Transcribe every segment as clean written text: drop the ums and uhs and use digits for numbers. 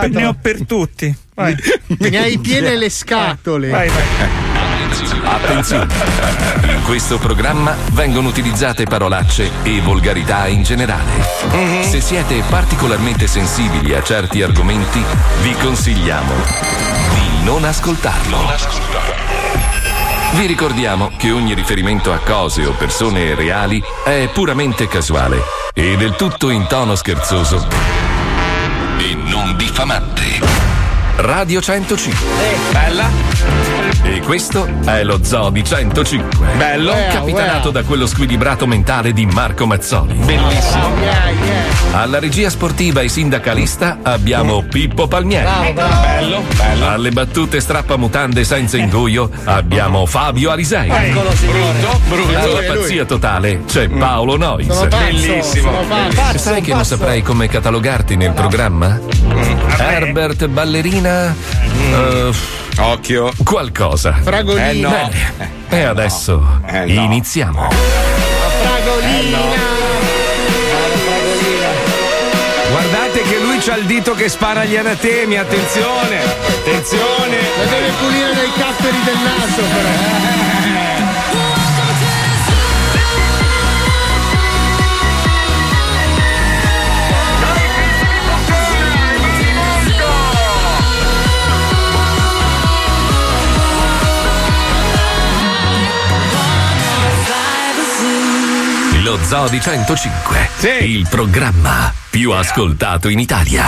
Ne ho per tutti. Vai. Ne hai piene le scatole. Vai. Attenzione, in questo programma vengono utilizzate parolacce e volgarità in generale. Se siete particolarmente sensibili a certi argomenti, vi consigliamo di non ascoltarlo. Vi ricordiamo che ogni riferimento a cose o persone reali è puramente casuale e del tutto in tono scherzoso e non diffamante. Radio 105. Bella. E questo è lo Zoo di 105. Bello. Capitanato da quello squilibrato mentale di Marco Mazzoli. Bellissimo. Alla regia sportiva e sindacalista abbiamo Pippo Palmieri. Bello. Alle battute strappamutande senza ingoio abbiamo Fabio Alisei. Eccolo, signore. Brutto. Alla pazzia totale c'è Paolo Nois. Bellissimo. Sai che non saprei come catalogarti nel programma? Herbert Ballerina? Occhio. Qualcosa. Fragolina. No. E adesso iniziamo. Fragolina. Guardate che lui c'ha il dito che spara gli anatemi, attenzione! La deve pulire dai capperi del naso, però. Lo Zoo di 105, il programma più ascoltato in Italia.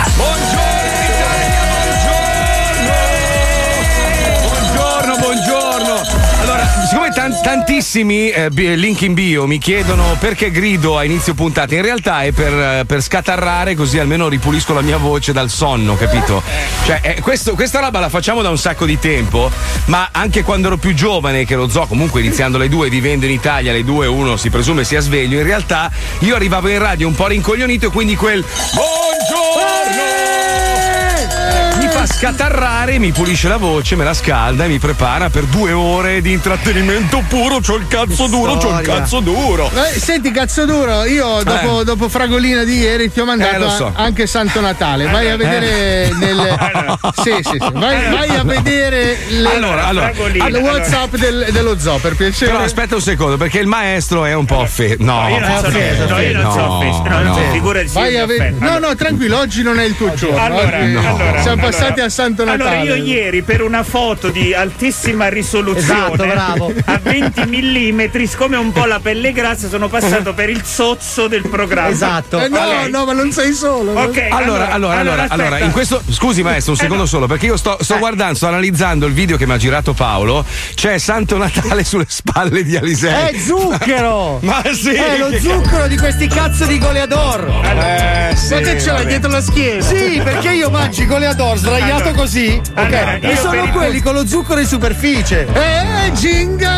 Buongiorno. Allora, siccome tantissimi link in bio mi chiedono perché grido a inizio puntata, in realtà è per scatarrare, così almeno ripulisco la mia voce dal sonno, capito? Cioè, questa roba la facciamo da un sacco di tempo, ma anche quando ero più giovane, che lo zoo comunque iniziando alle 2, vivendo in Italia alle 2 uno si presume sia sveglio, in realtà io arrivavo in radio un po' rincoglionito e quindi quel buongiorno mi fa scatarrare, mi pulisce la voce, me la scalda e mi prepara per 2 ore di intrattenimento puro. C'ho il cazzo duro. Senti, cazzo duro, io dopo Fragolina di ieri ti ho mandato anche Santo Natale. Vai a vedere Sì. Vai a vedere il WhatsApp dello zoo, per piacere. Però aspetta un secondo, perché il maestro è un po' offeso. Io non sono offeso. Figurati. Vai a vedere. No, tranquillo, oggi non è il tuo giorno. Allora, siamo passati a Santo Natale. Allora, io ieri per una foto di altissima risoluzione a 20 mm, siccome un po' la pelle grassa, sono passato per il zozzo del programma. Esatto. No, ma non sei solo. Ok. Allora, in questo. Scusi, maestro, un secondo solo, perché io sto guardando, sto analizzando il video che mi ha girato Paolo. C'è Santo Natale sulle spalle di Alisei. È zucchero! Ma sì! È lo zucchero di questi cazzo di goleador! Sì, ma che ce l'hai dietro la schiena? Sì, perché io mangio i goleador sdraiato così. Ok. E sono quelli con lo zucchero in superficie. Ginga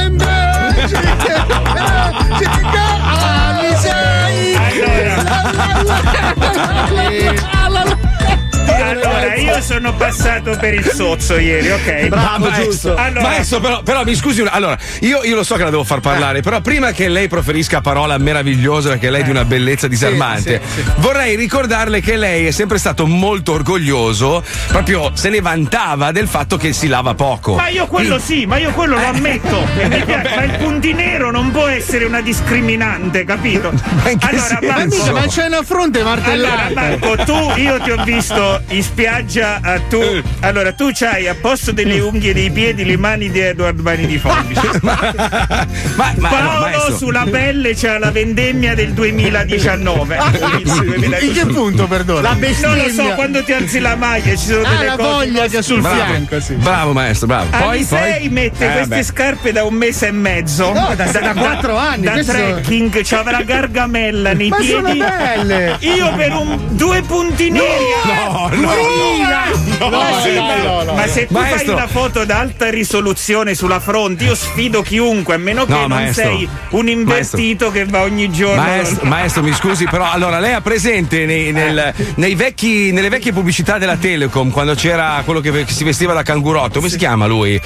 Allora, io sono passato per il sozzo ieri, ok? Bravo, giusto. Maestro, però mi scusi allora, io lo so che la devo far parlare, però prima che lei proferisca parola meravigliosa, perché lei è di una bellezza disarmante, vorrei ricordarle che lei è sempre stato molto orgoglioso, proprio se ne vantava del fatto che si lava poco. Ma io quello lo ammetto. Mi piace, ma il puntinero non può essere una discriminante, capito? Allora, ma c'è una fronte martellata. Allora, Marco, io ti ho visto in spiaggia, allora tu c'hai a posto delle unghie dei piedi le mani di Edward Mani di Forbice. Paolo sulla pelle c'ha la vendemmia del 2019. In che punto, perdono? La bestemmia. Non lo so, quando ti alzi la maglia ci sono delle la cose voglia che sul fianco, sì. Bravo maestro, bravo. Poi mette queste scarpe da 1 mese e mezzo. No, da 4 anni. Da trekking, c'aveva la gargamella nei piedi. Ma sono belle. Io per 2 punti neri. Ma se tu fai una foto ad alta risoluzione sulla fronte, io sfido chiunque, a meno che non sei un invertito che va ogni giorno. Maestro, mi scusi, però allora lei ha presente nelle vecchie pubblicità della Telecom, quando c'era quello che si vestiva da cangurotto, come si chiama lui?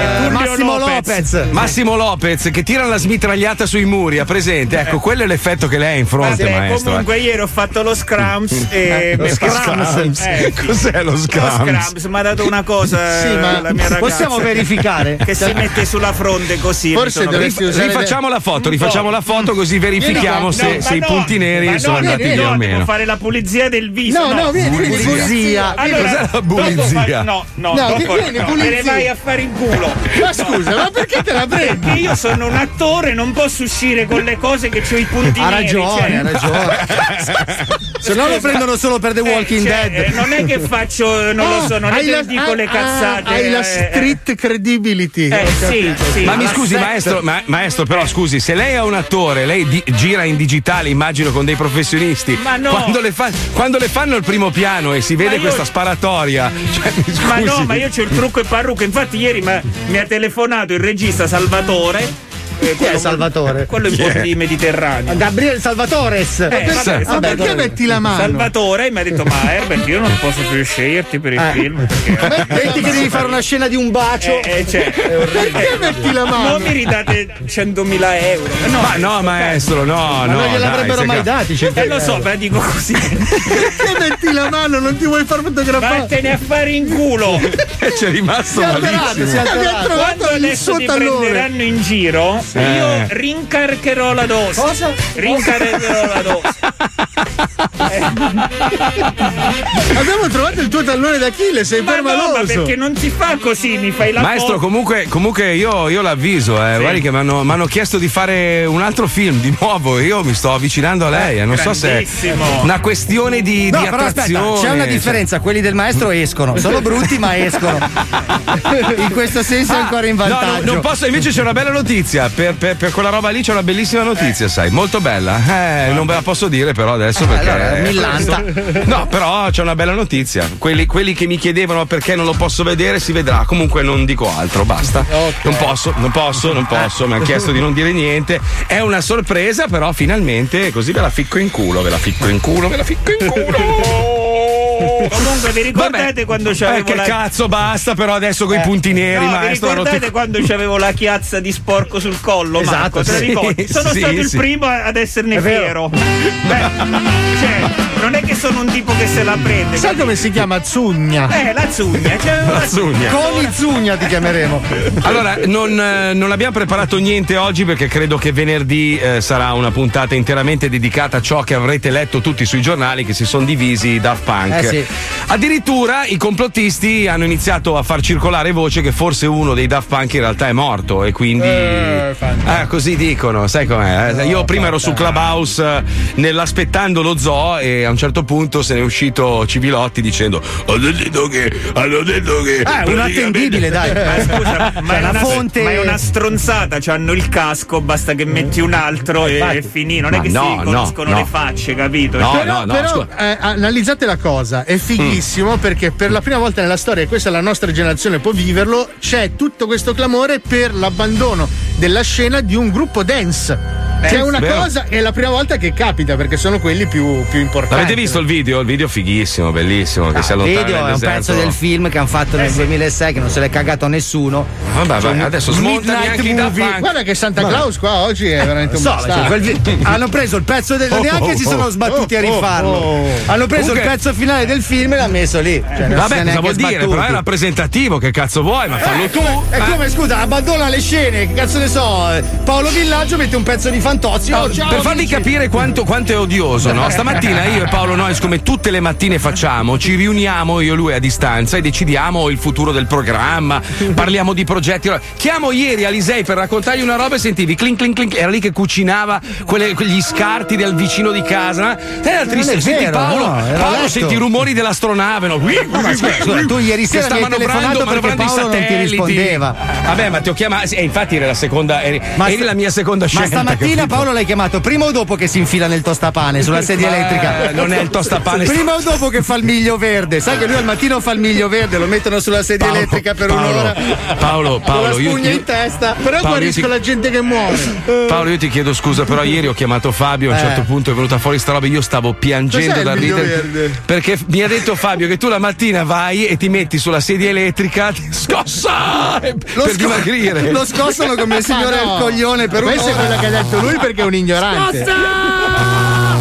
Massimo Lopez, che tira la smitragliata sui muri, ha presente? Ecco, quello è l'effetto che lei ha in fronte, maestro. Comunque ieri ho fatto lo scrums e Cos'è lo scrums? Scrums mi ha dato una cosa. Sì, ma la mia ragazza possiamo verificare che si mette sulla fronte così. Forse dovresti usare. Rifacciamo la foto così verifichiamo se i punti neri sono andati via o meno. Devo fare la pulizia del viso. No, vieni, pulizia. Allora, cos'è la pulizia? Te ne vai a fare in culo. Ma scusa, ma perché te la prendi? Perché io sono un attore, non posso uscire con le cose che c'ho i punti neri. Ha ragione. Se no lo prendono solo per The Walking Dead. Non è che faccio, non lo so, non è che dico le cazzate. Hai la street credibility. Sì. Ma mi scusi, maestro, però scusi, se lei è un attore, lei gira in digitale, immagino con dei professionisti. Ma no. Quando le fanno il primo piano e si vede questa sparatoria, cioè, mi scusi. Ma no, ma io c'ho il trucco e parrucca. Infatti ieri mi ha telefonato il regista Salvatore. Chi è Salvatore? Quello in posti mediterranei. Gabriele Salvatores. Ma perché metti la mano? Salvatore mi ha detto: ma Herbert, io non posso più sceglierti per il film. Metti che devi fare una scena di un bacio. Perché metti la mano? Non mi ridate 100.000 euro. Ma no, maestro, no. Non gliel'avrebbero mai dati. Lo so, ma dico così. Perché metti la mano? Non ti vuoi far fotografare? Vattene a fare in culo. C'è rimasto malissimo. Quando adesso ti prenderanno in giro, io rincarcherò la dose. Cosa? Rincarcherò la dose. Abbiamo trovato il tuo tallone d'Achille, sei permaloso. No, ma perché non si fa così, mi fai la Maestro, comunque io l'avviso, guardi che mi hanno chiesto di fare un altro film di nuovo, io mi sto avvicinando a lei, non so se è una questione di però attrazione. Aspetta, c'è una differenza, quelli del maestro escono, sono brutti ma escono. In questo senso è ancora in vantaggio. No, non posso, invece c'è una bella notizia, per quella roba lì c'è una bellissima notizia, sai, molto bella. Non ve la posso dire però adesso perché allora, millanta. No, però c'è una bella notizia. Quelli che mi chiedevano perché non lo posso vedere, si vedrà. Comunque non dico altro, basta. Okay. Non posso. Mi hanno chiesto di non dire niente. È una sorpresa, però finalmente così ve la ficco in culo. Comunque vi ricordate quando c'avevo che cazzo, basta però adesso coi punti neri, maestro. Vi ricordate quando c'avevo la chiazza di sporco sul collo? Esatto, Marco, te la ricordi? Sono stato il primo ad esserne fiero. Non è che sono un tipo che se la prende. Sai come si chiama? Zugna. La zugna. La zugna. Con i zugna ti chiameremo. Allora, non abbiamo preparato niente oggi perché credo che venerdì sarà una puntata interamente dedicata a ciò che avrete letto tutti sui giornali, che si sono divisi Daft Punk. Sì. Addirittura i complottisti hanno iniziato a far circolare voce che forse uno dei Daft Punk in realtà è morto e quindi così dicono, sai com'è? Io prima ero su Clubhouse nell'aspettando lo zoo e a un certo punto se ne è uscito Civilotti dicendo hanno detto che un attendibile, dai. Ma scusa, ma è la fonte. Ma è una stronzata, c'hanno il casco, basta che metti un altro e finì. Non è che si conoscono le facce, capito? Però analizzate la cosa, è fighissimo perché per la prima volta nella storia, e questa la nostra generazione può viverlo, c'è tutto questo clamore per l'abbandono della scena di un gruppo dance. Che è una cosa, è la prima volta che capita perché sono quelli più importanti. L'avete visto il video? Il video fighissimo, bellissimo. Che si allontana. Il video è un pezzo del film che hanno fatto nel 2006 che non se l'è cagato a nessuno. Vabbè, adesso smontami anche i Daft Punk. Guarda che Santa Claus qua oggi è veramente un bastardo. Hanno preso il pezzo del. Neanche si sono sbattuti a rifarlo. Hanno preso il pezzo finale del film e l'hanno messo lì. Vabbè, cosa vuol dire? Però è rappresentativo, che cazzo vuoi? Ma fallo tu. È come, scusa, abbandona le scene, che cazzo ne so. Paolo Villaggio mette un pezzo di Fantozzi. Per farvi capire quanto è odioso, no? Stamattina io e Paolo Noyes, come tutte le mattine facciamo, ci riuniamo io e lui a distanza e decidiamo il futuro del programma, parliamo di progetti. Chiamo ieri Alisei per raccontargli una roba e sentivi clink clink clink, era lì che cucinava quegli scarti del vicino di casa. Era triste, senti Paolo senti i rumori dell'astronave, no? Scusa, tu ieri sera mi hai telefonato perché Paolo non ti rispondeva. Vabbè, ma ti ho chiamato, infatti era la seconda, eri la mia seconda scelta. Ma stamattina Paolo l'hai chiamato prima o dopo che si infila nel tostapane sulla sedia elettrica? Non è il tostapane. Prima o dopo che fa il miglio verde? Sai che lui al mattino fa il miglio verde, lo mettono sulla sedia elettrica per un'ora. Paolo, con la spugna in testa. Però guarisco la gente che muore. Paolo, io ti chiedo scusa, però ieri ho chiamato Fabio, a un certo punto è venuta fuori sta roba, io stavo piangendo da ridere. Perché mi ha detto Fabio che tu la mattina vai e ti metti sulla sedia elettrica, ti scossa per dimagrire. Lo scossano come il signore al coglione per questa è quella che ha detto lui perché è un ignorante.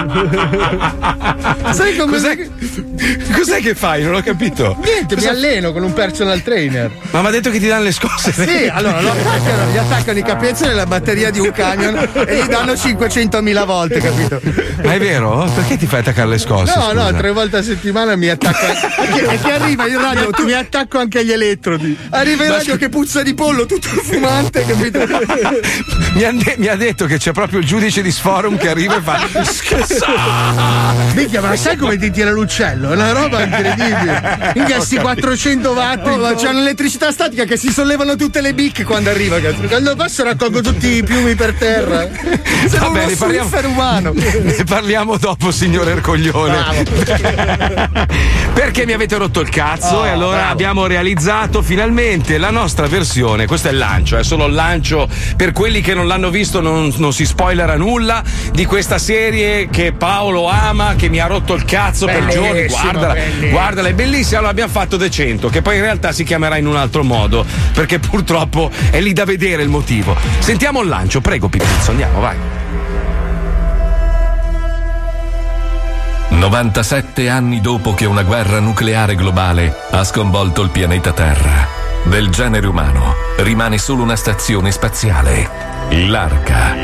Sai come Cos'è che fai? Non ho capito. Niente, mi alleno con un personal trainer. Ma mi ha detto che ti danno le scosse. Sì, allora gli attaccano i capezzoli nella batteria di un camion e gli danno 500.000 volte, capito? Ma è vero? Perché ti fai attaccare le scosse? No, 3 volte a settimana mi attacca. E che arriva in radio, mi attacco anche agli elettrodi. Arriva in radio che puzza di pollo, tutto fumante, capito? Mi ha detto che c'è proprio il giudice di Sforum che arriva e fa minchia, ma sai come ti tira l'uccello? È una roba incredibile. Minchia, sti 400 watt. Ma c'è un'elettricità statica che si sollevano tutte le bicche quando arriva. Quando passo raccolgo tutti i piumi per terra. Vabbè, ne parliamo dopo, signor Ercoglione. Perché mi avete rotto il cazzo e allora abbiamo realizzato finalmente la nostra versione. Questo è il lancio, è solo il lancio per quelli che non l'hanno visto, non si spoilerà nulla di questa serie che Paolo ama, che mi ha rotto il cazzo per giorni. Guardala, è bellissima. Allora abbiamo fatto The 100, che poi in realtà si chiamerà in un altro modo, perché purtroppo è lì da vedere il motivo. Sentiamo il lancio, prego Pippizzo, andiamo, vai. 97 anni dopo che una guerra nucleare globale ha sconvolto il pianeta Terra, del genere umano rimane solo una stazione spaziale, l'Arca.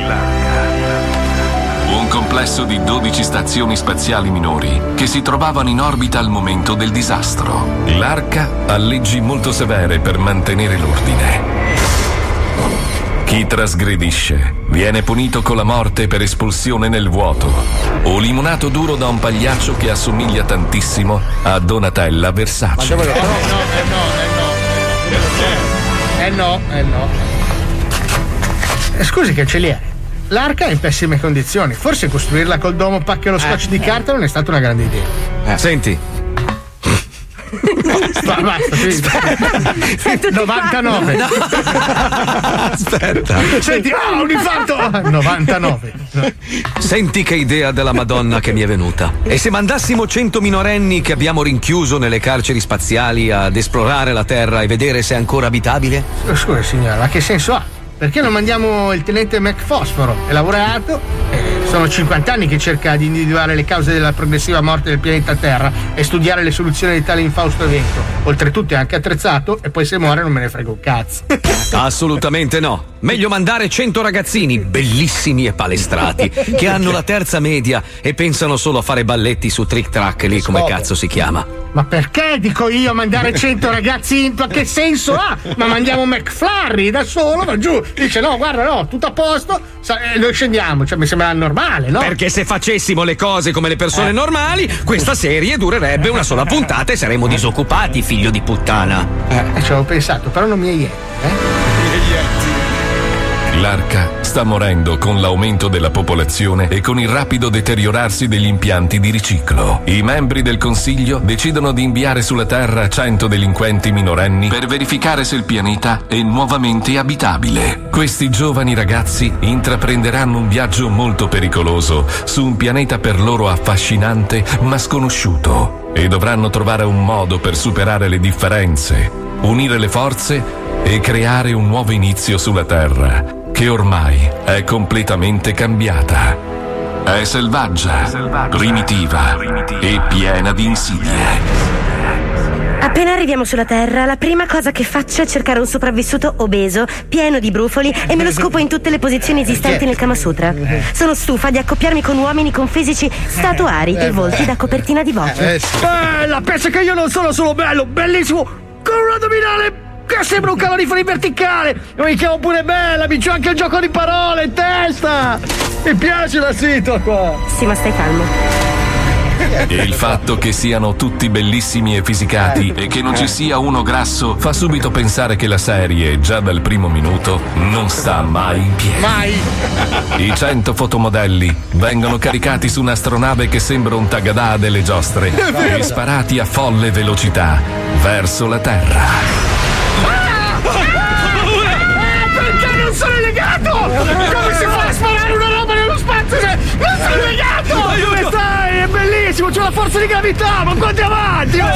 Un complesso di 12 stazioni spaziali minori che si trovavano in orbita al momento del disastro. L'Arca ha leggi molto severe per mantenere l'ordine. Chi trasgredisce viene punito con la morte per espulsione nel vuoto o limonato duro da un pagliaccio che assomiglia tantissimo a Donatella Versace. No. Scusi cancelliere, l'Arca è in pessime condizioni. Forse costruirla col domo, pacca e lo scotch di carta non è stata una grande idea. Senti. Basta, 99. No. Aspetta. Senti, un infarto. 99. Senti che idea della Madonna che mi è venuta. E se mandassimo 100 minorenni che abbiamo rinchiuso nelle carceri spaziali ad esplorare la Terra e vedere se è ancora abitabile? Scusa signora, ma che senso ha? Perché non mandiamo il tenente McFosforo? È laureato, sono 50 anni che cerca di individuare le cause della progressiva morte del pianeta Terra e studiare le soluzioni di tale infausto evento. Oltretutto è anche attrezzato e poi se muore non me ne frega un cazzo. Assolutamente no. Meglio mandare 100 ragazzini bellissimi e palestrati che hanno la terza media e pensano solo a fare balletti su Trick Track lì, come cazzo si chiama. Ma perché dico io mandare 100 ragazzi? Che senso ha? Ma mandiamo McFlurry da solo, va giù, dice no, guarda, no, tutto a posto, noi scendiamo, cioè mi sembra normale, no? Perché se facessimo le cose come le persone normali, questa serie durerebbe una sola puntata e saremmo disoccupati, figlio di puttana. Ci avevo pensato, però non mi è ieri, L'Arca sta morendo con l'aumento della popolazione e con il rapido deteriorarsi degli impianti di riciclo. I membri del Consiglio decidono di inviare sulla Terra 100 delinquenti minorenni per verificare se il pianeta è nuovamente abitabile. Questi giovani ragazzi intraprenderanno un viaggio molto pericoloso su un pianeta per loro affascinante ma sconosciuto e dovranno trovare un modo per superare le differenze, unire le forze e creare un nuovo inizio sulla Terra, che ormai è completamente cambiata. È selvaggia, primitiva e piena di insidie. Appena arriviamo sulla Terra, la prima cosa che faccio è cercare un sopravvissuto obeso, pieno di brufoli e me lo scopo in tutte le posizioni esistenti nel Kama Sutra. Sono stufa di accoppiarmi con uomini con fisici statuari e volti da copertina di Vogue. Bella, pensa che io non sono solo bello, bellissimo, con un addominale che sembra un calorifero in verticale. Io mi chiamo pure bella, mi c'ho anche il gioco di parole in testa. Mi piace la sigla qua. Sì, ma stai calmo. Il fatto che siano tutti bellissimi e fisicati e che non ci sia uno grasso fa subito pensare che la serie, già dal primo minuto, non sta mai in piedi. Mai! I 100 fotomodelli vengono caricati su un'astronave che sembra un tagadà delle giostre e sparati a folle velocità verso la Terra. Perché non sono legato? Come si fa a sparare una roba nello spazio? Non sono legato! Dove stai? È bellissimo, c'ho la forza di gravità, ma quanti avanti! Non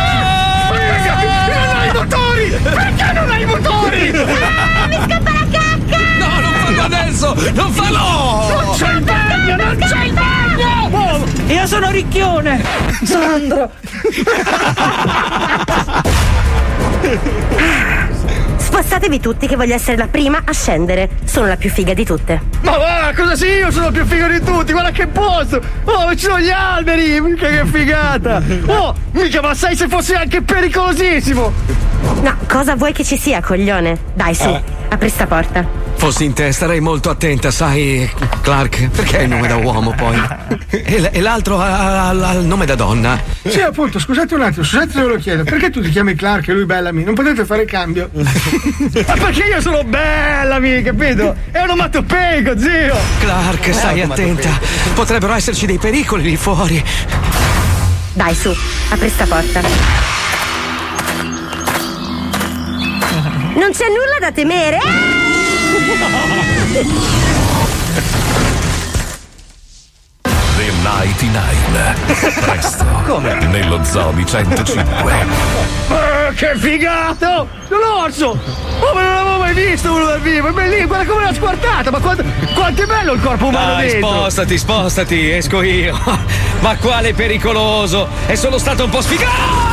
hai i motori! Perché non hai i motori? Mi scappa la cacca! No, non farlo adesso! Non farlo! Non c'è il bagno! Non c'è il bagno! Io sono Ricchione! Sandro! Spostatevi tutti che voglio essere la prima a scendere. Sono la più figa di tutte. Ma va, cosa sì? Io sono il più figo di tutti, guarda che posto! Oh, ci sono gli alberi! Mica che figata! Oh, mica, ma sai se fosse anche pericolosissimo! No, cosa vuoi che ci sia, coglione? Dai, su, apri sta porta. Fossi in te starei molto attenta, sai, Clark, perché è il nome da uomo poi? E l'altro ha il nome da donna. Sì, appunto, scusate un attimo, scusate se ve lo chiedo, perché tu ti chiami Clark e lui Bellamy? Non potete fare cambio? Ma perché io sono Bellamy, capito? È un onomatopeico, zio! Clark, stai attenta, potrebbero esserci dei pericoli lì fuori. Dai, su, apri sta porta. Non c'è nulla da temere. The 99. Presto. Come? Nello Zobi 105. Che figato! L'orso! Oh, ma non l'avevo mai visto uno dal vivo! È bellissimo, guarda come l'ha squartata! Ma quanto è bello il corpo umano dentro! Spostati, esco io! Ma quale pericoloso! È solo stato un po' sfigato!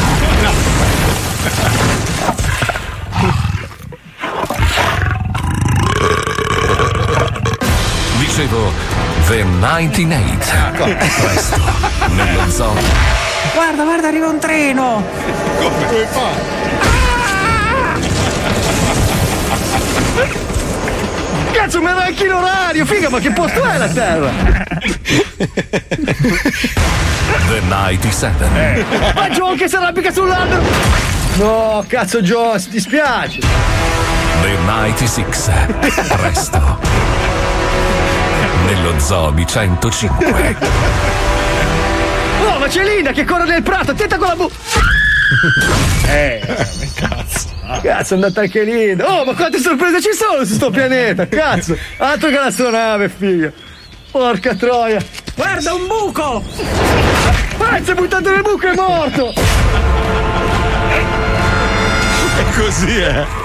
Dicevo, The 99. Presto. Nello Zobi. Guarda, arriva un treno! Come fa? Cazzo, mi era anche l'orario! Figa, ma che posto è la terra? The 97. Ma John che si arrampica sull'albero! No, cazzo John, ti dispiace! The 96. Presto. Nello Zobi 105. Oh, ma c'è Linda che corre nel prato, attenta con la Cazzo. Cazzo, è andata anche Linda! Oh, ma quante sorprese ci sono su sto pianeta! Cazzo! Altro che la astronave, figa! Porca troia! Guarda, un buco! Si è buttato nel buco e è morto! È così,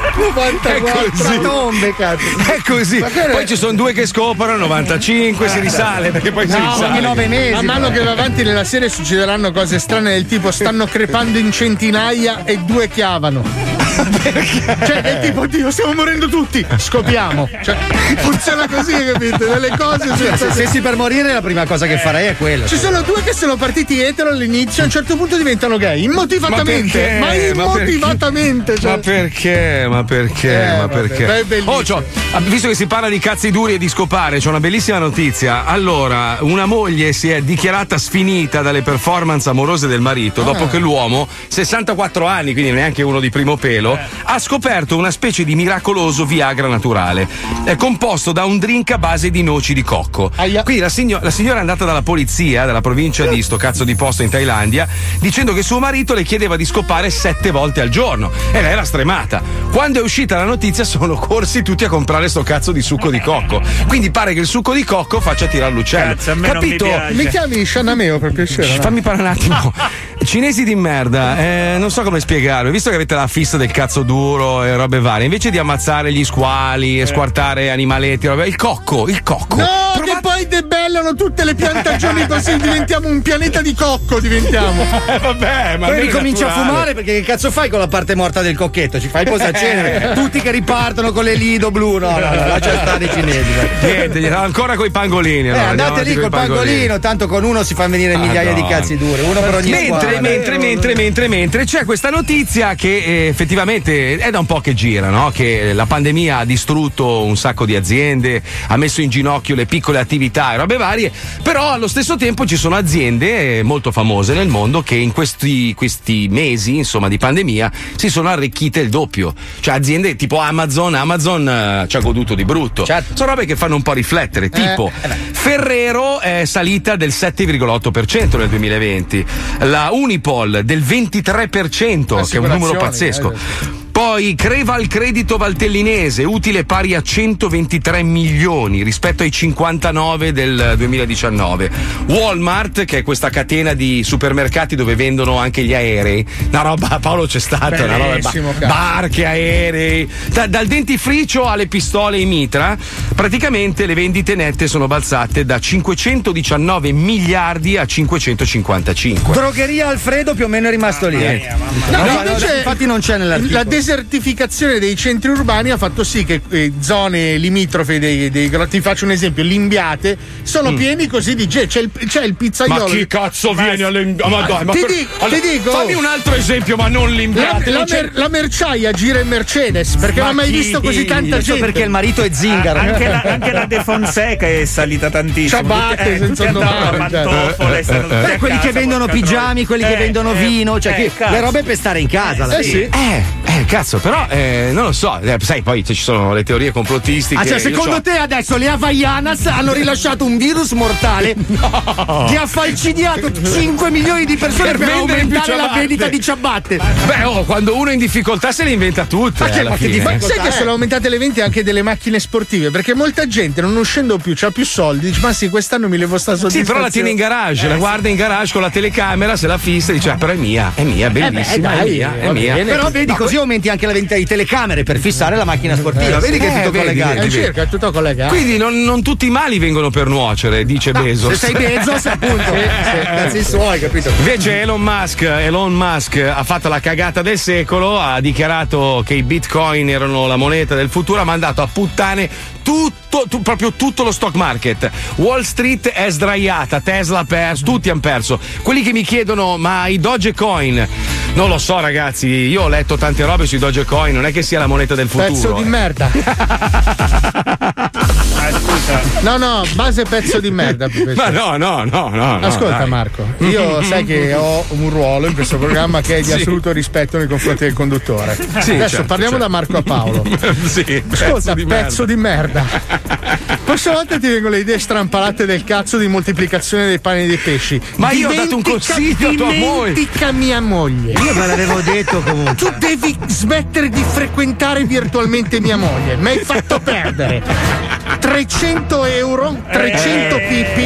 94 tombe, cazzo. È così. Poi ci sono due che scoprono, 95 si risale, perché poi si risale. Ogni 9 mesi. Man mano che va avanti nella serie succederanno cose strane del tipo stanno crepando in centinaia e 2 chiavano. Perché? Cioè, è tipo, Dio, stiamo morendo tutti. Scopiamo. Cioè, funziona così, capito? Delle cose. Se si per morire, la prima cosa che farei è quella. Ci sono 2 che sono partiti etero all'inizio, a un certo punto diventano gay. Immotivatamente. Ma immotivatamente. Ma perché? Ma perché? Visto che si parla di cazzi duri e di scopare, c'è una bellissima notizia. Allora, una moglie si è dichiarata sfinita dalle performance amorose del marito dopo che l'uomo, 64 anni, quindi neanche uno di primo pelo, ha scoperto una specie di miracoloso Viagra naturale. È composto da un drink a base di noci di cocco. Quindi la signora è andata dalla polizia della provincia di sto cazzo di posto in Thailandia dicendo che suo marito le chiedeva di scopare 7 volte al giorno e lei era stremata. Quando è uscita la notizia sono corsi tutti a comprare sto cazzo di succo di cocco. Quindi pare che il succo di cocco faccia tirare l'uccello. Cazzo, a me capito? Non mi chiami Scianameo per piacere? Fammi parlare un attimo. Cinesi di merda, non so come spiegarlo. Visto che avete la fissa del cazzo duro e robe varie, invece di ammazzare gli squali e squartare animaletti, il cocco. No, che poi debellano tutte le piantagioni così diventiamo un pianeta di cocco, diventiamo. Vabbè, ma poi ricominci a fumare perché che cazzo fai con la parte morta del cocchetto? Ci fai posacenere? Tutti che ripartono con le lido blu, no, lascia stare i cinesi. Niente, ancora coi pangolini. Andate lì col pangolino, tanto con uno si fa venire migliaia di cazzi duri, uno per ogni squadra. Mentre c'è questa notizia che effettivamente è da un po' che gira, no? Che la pandemia ha distrutto un sacco di aziende, ha messo in ginocchio le piccole attività e robe varie, però allo stesso tempo ci sono aziende molto famose nel mondo che in questi mesi, insomma, di pandemia si sono arricchite il doppio. Cioè aziende tipo Amazon ci ha goduto di brutto. Certo. Sono robe che fanno un po' riflettere, tipo Ferrero è salita del 7,8% nel 2020, la Unipol del 23%, che è un numero pazzesco. Poi Creval Credito Valtellinese, utile pari a 123 milioni rispetto ai 59 del 2019. Walmart, che è questa catena di supermercati dove vendono anche gli aerei, una roba, Paolo c'è stata, una roba, barche, aerei, dal dentifricio alle pistole e mitra, praticamente le vendite nette sono balzate da 519 miliardi a 555. Drogheria Alfredo più o meno è rimasto lì. Infatti non c'è nell'articolo. La desertificazione dei centri urbani ha fatto sì che zone limitrofe ti faccio un esempio, Limbiate, sono pieni così di gente, c'è il pizzaiolo. Ma chi cazzo viene alle ti dico, fammi un altro esempio, ma non Limbiate. La merciaia gira in Mercedes, perché non ho mai visto così tanta gente. Perché il marito è zingaro. Anche la De Fonseca è salita tantissimo. Ciabatte senza pantofole, quelli che vendono pigiami, quelli che vendono vino, cioè le robe per stare in casa. Cazzo, però non lo so, sai, poi ci sono le teorie complottistiche. Cioè, secondo te adesso le Havaianas hanno rilasciato un virus mortale che ha falcidiato 5 milioni di persone per aumentare la vendita di ciabatte? Beh, quando uno è in difficoltà se le inventa tutte. Sai che sono aumentate le vendite anche delle macchine sportive? Perché molta gente, non uscendo più, c'ha più soldi, dice: ma sì, quest'anno mi levo sta soddisfazione. Sì, però la tiene in garage, la guarda in garage con la telecamera, se la fissa e dice: però è mia, bellissima, è mia. Però vedi, così aumenti anche la vendita di telecamere per fissare la macchina sportiva. Vedi che è tutto collegato. È tutto collegato. Quindi non tutti i mali vengono per nuocere, dice Bezos. Se sei Bezos, appunto. Cazzi suoi, capito? Invece Elon Musk ha fatto la cagata del secolo, ha dichiarato che i bitcoin erano la moneta del futuro, ha mandato a puttane proprio tutto lo stock market. Wall Street è sdraiata, Tesla ha perso, tutti hanno perso. Quelli che mi chiedono: ma i Dogecoin? Non lo so, ragazzi, io ho letto tante robe sui Dogecoin, non è che sia la moneta del futuro. Pezzo di merda. No, base pezzo di merda. Ma no. Ascolta, dai. Marco, io sai che ho un ruolo in questo programma che è di assoluto rispetto nei confronti del conduttore. Sì, adesso parliamo da Marco a Paolo. Sì, ascolta, pezzo di merda. Questa volta ti vengono le idee strampalate del cazzo di moltiplicazione dei pani e dei pesci. Ma io ho dato un consiglio a tua moglie. Dimentica mia moglie. Io ve l'avevo detto comunque. Tu devi smettere di frequentare virtualmente mia moglie. Mi hai fatto perdere 300 euro, 300 pippi.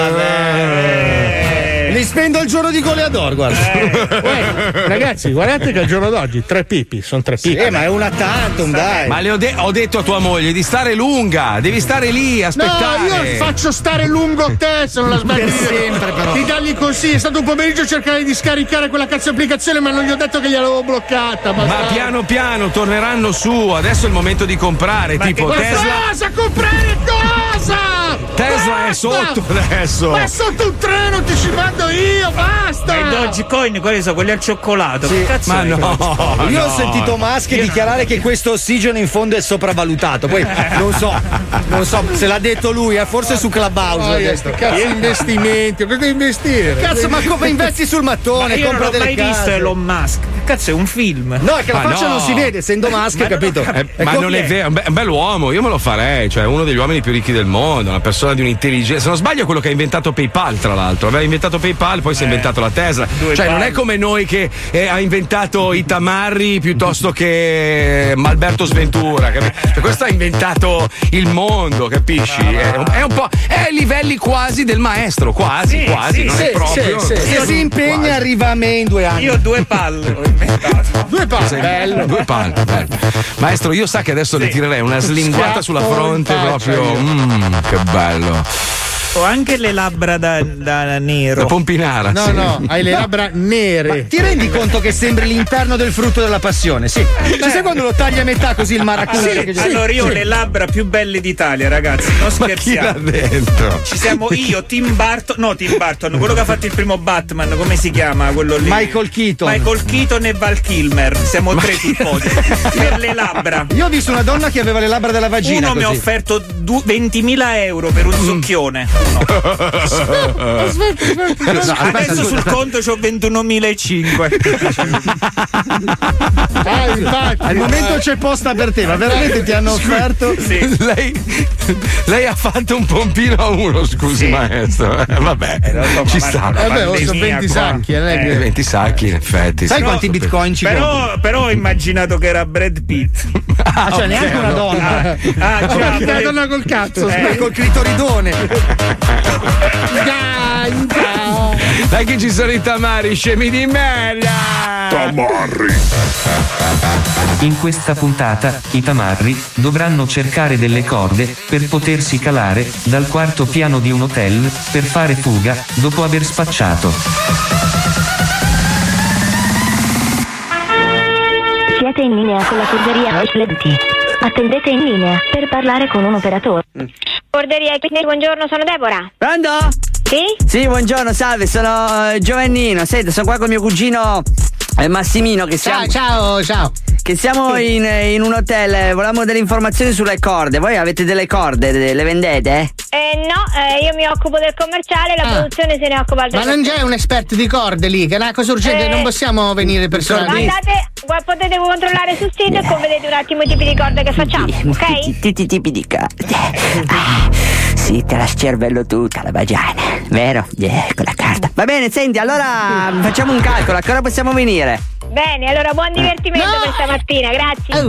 Vabbè. Li spendo il giorno di Goleador, guarda. Ragazzi, guardate che al giorno d'oggi 3 pippi, sono 3 pippi. Ma è una tantum, dai. Ma ho detto a tua moglie di stare lunga, devi stare lì, aspettare. No, io faccio stare lungo te se non la smetti per sempre, però. Di dargli consigli. È stato un pomeriggio a cercare di scaricare quella cazzo applicazione, ma non gli ho detto che gliel'avevo bloccata. Ma piano piano torneranno su, adesso è il momento di comprare. Ma tipo Tesla. Cosa comprare? Cosa? Tesla è sotto adesso. Ma sotto un treno ti ci mando io, basta. I Dogecoin, quelli sono quelli al cioccolato. Sì, che cazzo ma è? no. Io ho sentito Musk dichiarare che questo ossigeno in fondo è sopravvalutato. Poi non so se l'ha detto lui, forse su Clubhouse. Cazzo investimenti, cosa devi investire? Cazzo, ma come investi sul mattone? Ma io non l'ho mai visto Elon Musk. Cazzo, è un film. No, è che la faccia non si vede, essendo Musk, capito? Ma non è vero, è un bell'uomo, io me lo farei, cioè uno degli uomini più ricchi del mondo, una persona di un'intelligenza. Se non sbaglio è quello che ha inventato PayPal, tra l'altro. Aveva inventato PayPal, poi si è inventato la Tesla. Cioè non è come noi che ha inventato i tamarri piuttosto che Alberto Sventura, cioè, questo ha inventato il mondo, capisci? È un po', è ai livelli quasi del maestro, quasi, non è proprio. Se si impegna arriva a me in 2 anni. Io 2 palle ho inventato. 2 palle, bello. 2 palle, bello. Maestro, io sa che adesso le tirerei una slinguata sulla fronte proprio. Che bello. Ho anche le labbra da nero. Da pompinara. No, sì. no, hai le labbra nere. Ma ti rendi conto che sembri l'interno del frutto della passione? Sì. Sai quando lo tagli a metà così il maracujá? Allora io ho le labbra più belle d'Italia, ragazzi. Non scherziamo. Ma chi l'ha detto? Ci siamo io, Tim Burton, quello che ha fatto il primo Batman, come si chiama? Quello lì. Michael Keaton e Val Kilmer. Siamo 3 sul podio. Per le labbra. Io ho visto una donna che aveva le labbra della vagina. Uno mi ha offerto 20.000 euro per un succhione. Aspetta. Adesso sul conto c'ho 21.500. Al momento c'è posta per te, ma veramente ti hanno offerto? Sì. Lei ha fatto un pompino a uno, scusi, maestro. Vabbè, ci sta. Sono 20 sacchi. 20 sacchi, in effetti. Sai quanti bitcoin ci però ho immaginato che era Brad Pitt. Cioè neanche una donna. Una donna col cazzo, col clitoridone. Dai che ci sono i tamari, scemi di merda! Tamarri. In questa puntata, i tamarri dovranno cercare delle corde per potersi calare dal quarto piano di un hotel per fare fuga dopo aver spacciato. Siete in linea con la corderia Ospletti. Attendete in linea per parlare con un operatore. Corderia, buongiorno, sono Deborah. Pronto? Sì? Sì, buongiorno, salve, sono Giovannino. Senta, sono qua con mio cugino Massimino che siamo. Ciao. Che siamo in un hotel, volevamo delle informazioni sulle corde. Voi avete delle corde, le vendete? No, io mi occupo del commerciale, la produzione se ne occupa al Ma non c'è un esperto di corde lì, che è una cosa urgente, non possiamo venire personalmente. Potete controllare sul sito e vedete un attimo i tipi di corde che facciamo, ok? Tipi di corde. Sì, te la scervello tutta la bagiana, vero? Con la carta. Va bene, senti, allora facciamo un calcolo, a che ora possiamo venire? Bene, allora buon divertimento per stamattina, grazie.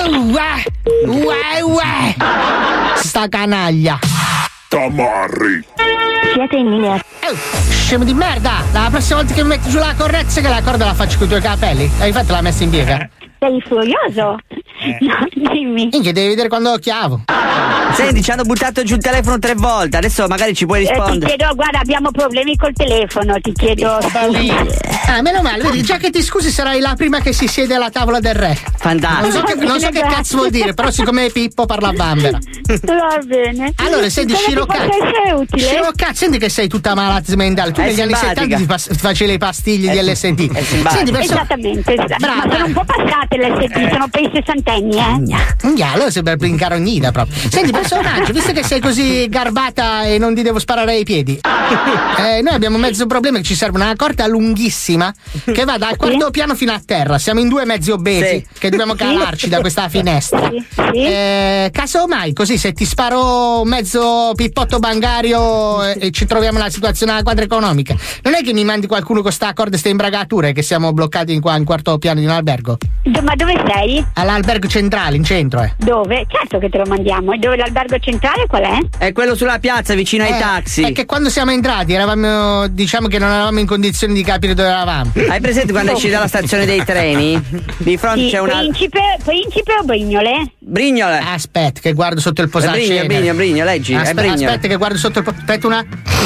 Sta canaglia. Tamarri. Siete in linea. Scemo di merda! La prossima volta che mi metti sulla correzza che la corda la faccio con i tuoi capelli. Hai fatto la messa in piega? Sei furioso? No, dimmi. Minchia, devi vedere quando chiavo. Senti, ci hanno buttato giù il telefono 3 volte, adesso magari ci puoi rispondere. Ti chiedo, guarda, abbiamo problemi col telefono, ti chiedo. Meno male, vedi, già che ti scusi sarai la prima che si siede alla tavola del re. Fantastico. Non so che cazzo vuol dire, però siccome Pippo parla a bambera. Va bene. Allora, senti, Scirocazzo. Senti che sei tutta malata mentale. Tu negli anni 70 ti facevi le pastiglie di LSD. Senti, esattamente. Brava. Ma sono un po' passate l'LSD, sono per i 60enni, allora sembra incarognita proprio. Senti, personaggio, visto che sei così garbata e non ti devo sparare ai piedi, noi abbiamo mezzo problema che ci serve una corda lunghissima che va dal quarto piano fino a terra. Siamo in 2 mezzi obesi che dobbiamo calarci da questa finestra. Casomai, così se ti sparo mezzo pippotto bancario e ci troviamo in una situazione alla quadra economica, non è che mi mandi qualcuno con sta corda e ste imbragature che siamo bloccati in quarto piano di un albergo? Ma dove sei? All'albergo centrale, in centro, Dove? Certo che te lo mandiamo. E dove l'albergo centrale qual è? È quello sulla piazza vicino ai taxi. È che quando siamo entrati eravamo, diciamo che non eravamo in condizione di capire dove eravamo. Hai presente quando esci dalla stazione dei treni? Di fronte c'è una. Principe o Brignole? Brignole. Aspetta che guardo sotto il posacenere. Brigno, leggi. Aspetta che guardo sotto il aspetta una.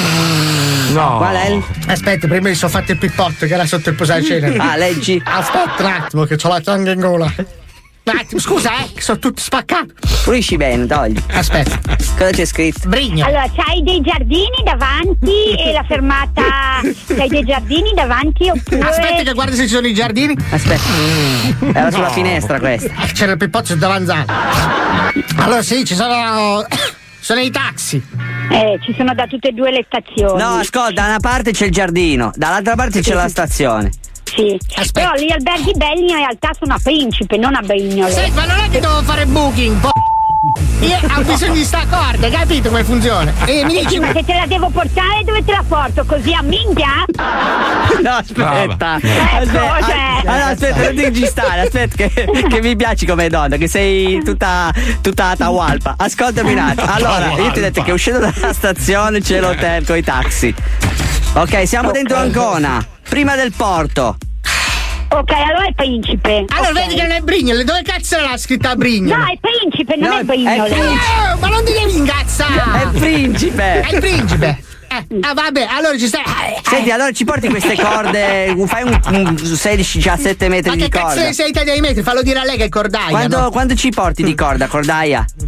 No. Qual è? Aspetta, prima mi sono fatto il pippotto che era sotto il posacenere. Leggi. Aspetta un attimo che c'ho la tanga in gola. Un attimo, scusa, che sono tutto spaccato. Pulisci bene, togli. Aspetta. Cosa c'è scritto? Brigno. Allora, c'hai dei giardini davanti e la fermata. C'hai dei giardini davanti oppure. Aspetta che guardi se ci sono i giardini. Aspetta. Era sulla finestra questa. C'era il pippotto davanti. Allora sì, ci sono. Sono i taxi. Ci sono da tutte e 2 le stazioni. No, ascolta, da una parte c'è il giardino, dall'altra parte c'è la stazione. Sì. Però gli alberghi belli in realtà sono a Principe, non a Brignole. Sì, ma non è che devo fare booking, io ho bisogno di sta corda, capito come funziona? E mi dici. Ma se te la devo portare dove te la porto? Così a minchia? No, aspetta. Allora, aspetta, non devi stare, aspetta che mi piaci come donna, che sei tutta Atahualpa. Ascoltami un attimo. Allora, io ti ho detto che uscendo dalla stazione c'è l'hotel con i taxi. Ok, siamo dentro Ancona, prima del porto. Ok, allora è Principe. Allora vedi che non è Brignole, dove cazzo l'ha scritta Brignole? No, è Principe, non è Brignole. Ma non ti devi incazzare! È Principe! È il principe! Vabbè, allora ci stai. Senti, allora ci porti queste corde, fai un 16-17 metri di corda. Ma che cazzo ne sei te dei metri? Fallo dire a lei che è cordaia. Quando ci porti di cordaia?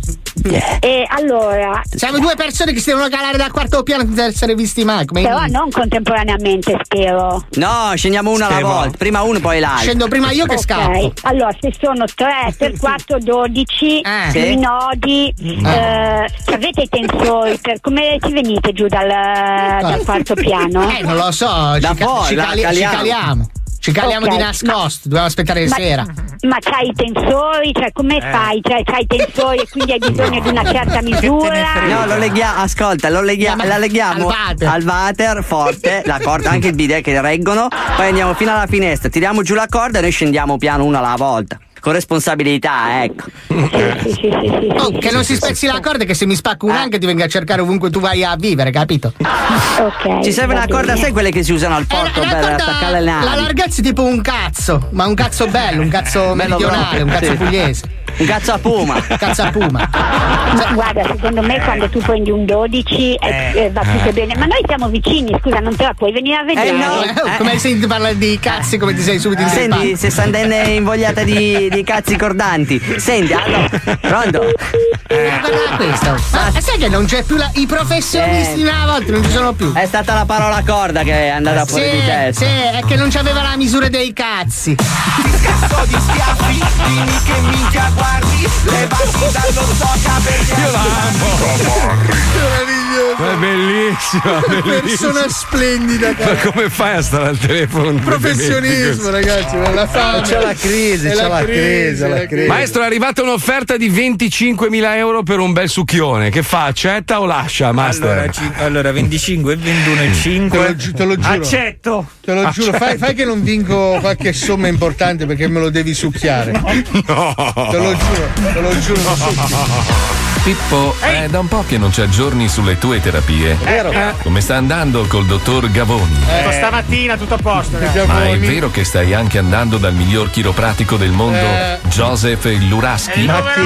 E allora. Siamo due persone che si devono calare dal quarto piano senza essere visti mai. Però non contemporaneamente, spero. No, scendiamo una alla volta. Prima uno, poi l'altro. Scendo prima io che scappo. Allora, se sono 3 per 4, 12 i nodi. Avete i tensori? Come ci venite giù dal quarto piano? Non lo so, ci caliamo. Ci caliamo di nascosto, dobbiamo aspettare sera. Ma c'hai i tensori? Cioè, come fai? Cioè, c'hai i tensori e quindi hai bisogno di una certa misura? No, lo leghiamo, ascolta, la leghiamo al water forte, la corda, anche il bidet che reggono, poi andiamo fino alla finestra, tiriamo giù la corda e noi scendiamo piano una alla volta. Con responsabilità, ecco. Sì. Che non si spezzi la corda, che se mi spacco un'anca ti venga a cercare ovunque tu vai a vivere, capito? Ok. Ci serve una corda, sai quelle che si usano al porto per attaccare le navi? La larghezza è tipo un cazzo, ma un cazzo bello, un cazzo meridionale, un cazzo pugliese. Un cazzo a puma. Ma guarda, secondo me quando tu prendi un 12 va tutto bene. Ma noi siamo vicini, scusa, non te la puoi venire a vedere? Come senti parlare di cazzi, come ti sei subito intrippato? Senti, se sta andando invogliata di cazzi cordanti. Senti, allora, pronto? Questo. Ma sai che non c'è più i professionisti una volta, non ci sono più. È stata la parola corda che è andata fuori di testa. Sì, è che non c'aveva la misura dei cazzi. Ti scazzo di schiaffi, dimmi che minchia guardi, levati dallo zoca perché io l'amo. Meraviglioso. È bellissimo. Persona splendida. Ma come fai a stare al telefono? Professionismo, ragazzi, la fame. C'è la crisi. Maestro, è arrivata un'offerta di 25.000 euro per un bel succhione. Che fa? Accetta o lascia, Master? Allora 25 e 21 e 5. Te lo giuro. Accetto. Te lo giuro. Fai che non vinco qualche somma importante perché me lo devi succhiare. No. Te lo giuro. Pippo, è da un po' che non ci aggiorni sulle tue terapie. Come sta andando col dottor Gavoni? Stamattina tutto a posto. Ma è vero che stai anche andando dal miglior chiropratico del mondo, Joseph Luraschi?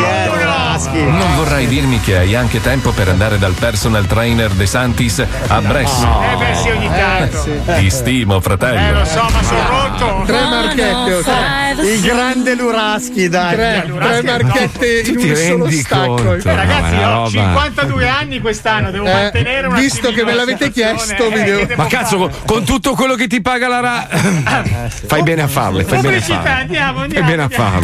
Non vorrai dirmi che hai anche tempo per andare dal personal trainer De Santis a Brescia? Sì, ogni tanto. Ti stimo, fratello. Lo so, ma sono rotto. 3 marchette. Il grande Luraschi, dai. 3 marchette in un solo stacco. Ragazzi, ho 52 anni quest'anno, devo mantenere una visto che me l'avete chiesto, ma cazzo, con tutto quello che ti paga la fai bene a farle. Andiamo. Fai bene a farle.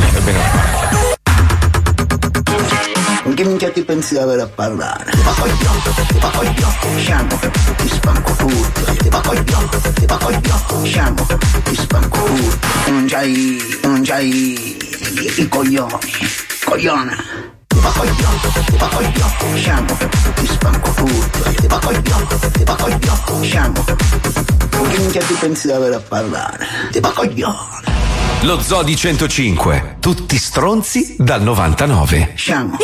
Con che minchia ti pensi di avere a parlare? Ti va coglione, sciamo, ti spanco furto. Ti va coglione, sciamo, ti spanco furto. E non c'hai i coglione. Ti va coglione, sciamo, ti spanco furto. Ti va coglione, sciamo. Con che minchia ti pensi di avere a parlare? Ti va coglione. Lo Zoo di 105, tutti stronzi dal 99. Sciamo.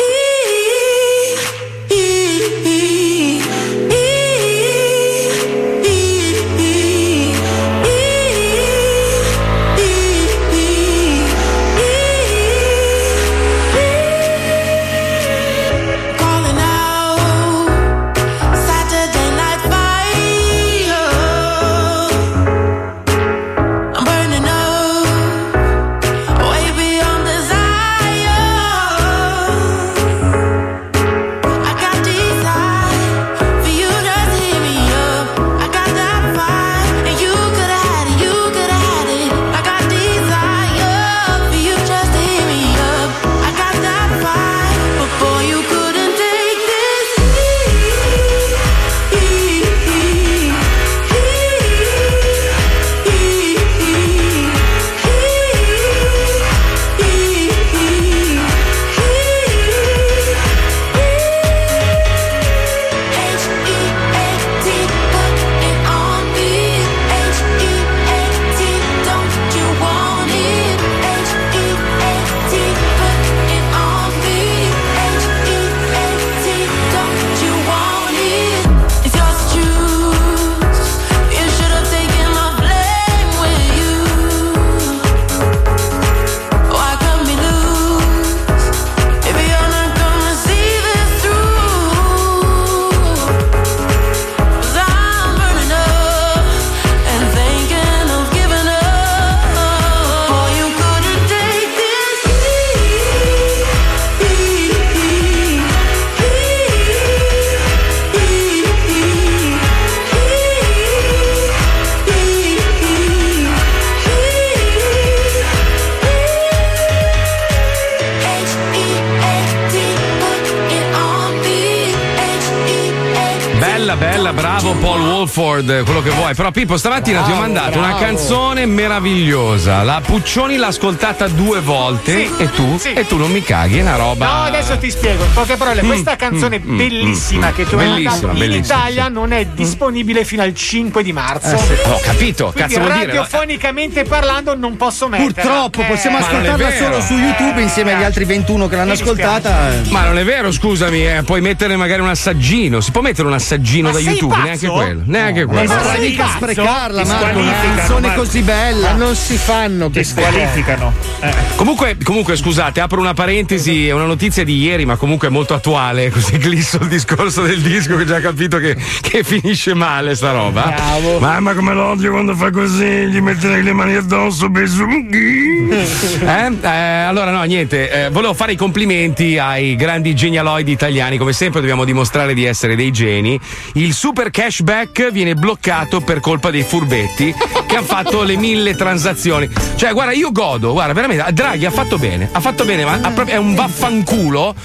bella, bravo Paul Wolford, quello che vuoi. Però Pippo stamattina ti ho mandato una canzone meravigliosa. La Puccioni l'ha ascoltata 2 volte e tu non mi caghi, è una roba. No, adesso ti spiego in poche parole. Questa canzone bellissima che tu hai mandato in Italia non è disponibile fino al 5 di marzo. Ho capito, quindi cazzo vuol dire? radiofonicamente parlando non posso metterla. Purtroppo possiamo ascoltarla solo su YouTube insieme agli altri 21 che l'hanno ascoltata. Ma non è vero, scusami, puoi mettere magari un assaggino. Si può mettere un assaggino da YouTube? pazzo? Neanche quello. Neanche quello. Ma non mica sprecarla, Marco, una canzone così bella. Ma non si fanno che squalificano. Comunque, scusate, apro una parentesi, è una notizia di ieri, ma comunque è molto attuale, così glisso il discorso del disco, che già capito che finisce male sta roba. Bravo. Mamma come lo odio quando fa così, gli metterei le mani addosso, allora no, niente, volevo fare i complimenti ai grandi genialoidi italiani, come sempre dobbiamo dimostrare di essere dei geni. Il super cashback viene bloccato per colpa dei furbetti che hanno fatto le 1000 transazioni. Cioè, guarda, io godo, guarda, veramente, Draghi ha fatto bene, ma è un vaffanculo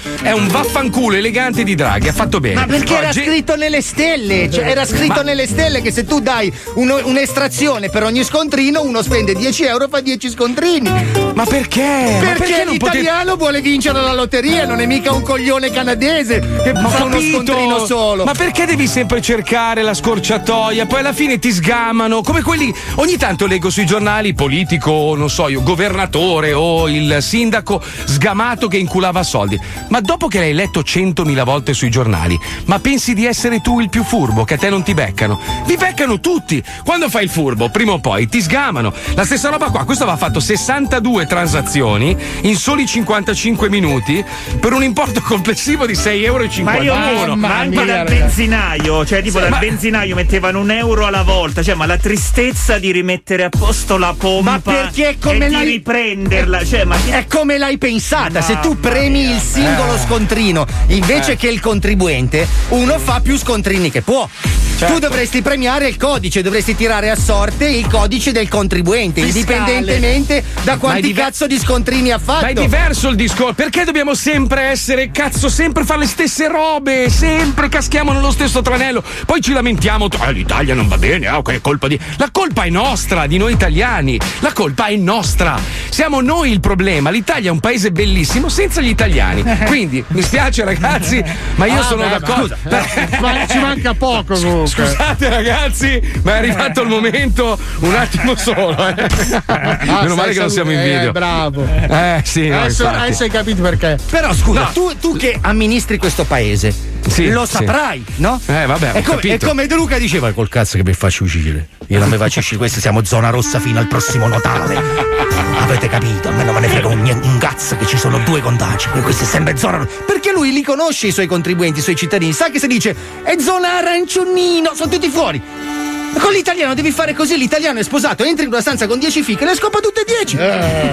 elegante di Draghi, ha fatto bene. Ma perché era scritto nelle stelle, cioè era scritto nelle stelle che se tu dai un'estrazione per ogni scontrino, uno spende 10 euro, fa 10 scontrini. Ma perché? Perché l'italiano vuole vincere la lotteria, non è mica un coglione canadese che fa uno scontrino solo. Ma perché devi sempre cercare la scorciatoia? Poi alla fine ti sgamano, come quelli. Ogni tanto leggo sui giornali politico, non so io, governatore o il sindaco sgamato che inculava soldi. Ma dopo che l'hai letto 100.000 volte sui giornali, ma pensi di essere tu il più furbo, che a te non ti beccano? Vi beccano tutti. Quando fai il furbo, prima o poi ti sgamano. La stessa roba qua, questo aveva fatto 62 transazioni in soli 55 minuti per un importo complessivo di 6,51 euro. Ma anche dal benzinaio, cioè tipo dal benzinaio mettevano €1 alla volta, cioè ma la tristezza di rimettere a posto la pompa, ma perché come di riprenderla, cioè ma è come l'hai pensata. Se tu premi il singolo scontrino invece che il contribuente, uno fa più scontrini che può. Tu dovresti premiare il codice, dovresti tirare a sorte il codice del contribuente, indipendentemente da quanti cazzo di scontrini ha fatto. Ma è diverso il discorso. Perché dobbiamo sempre essere, sempre fare le stesse robe? Sempre caschiamo nello stesso tranello. Poi ci lamentiamo, l'Italia non va bene, è colpa di. La colpa è nostra, di noi italiani. La colpa è nostra. Siamo noi il problema. L'Italia è un paese bellissimo senza gli italiani. Quindi, mi spiace ragazzi, ma io sono d'accordo. Ma ci manca poco comunque. Scusate ragazzi, ma è arrivato il momento, un attimo solo. Meno male che non siamo in video. Bravo. Sì, adesso hai capito perché. Però scusa, tu che amministri questo paese, lo saprai, no? Vabbè, è come De Luca diceva: col cazzo che mi faccio uccidere. Io non mi faccio uccidere, questi siamo zona rossa fino al prossimo Natale. Avete capito? A me non me ne frega un cazzo che ci sono 2 contagi. Questo è sempre zona rossa. Perché lui li conosce i suoi contribuenti, i suoi cittadini. Sa che se dice è zona arancionnino, sono tutti fuori. Con l'italiano devi fare così, l'italiano è sposato, entri in una stanza con 10 fiche e le scopa tutte e 10.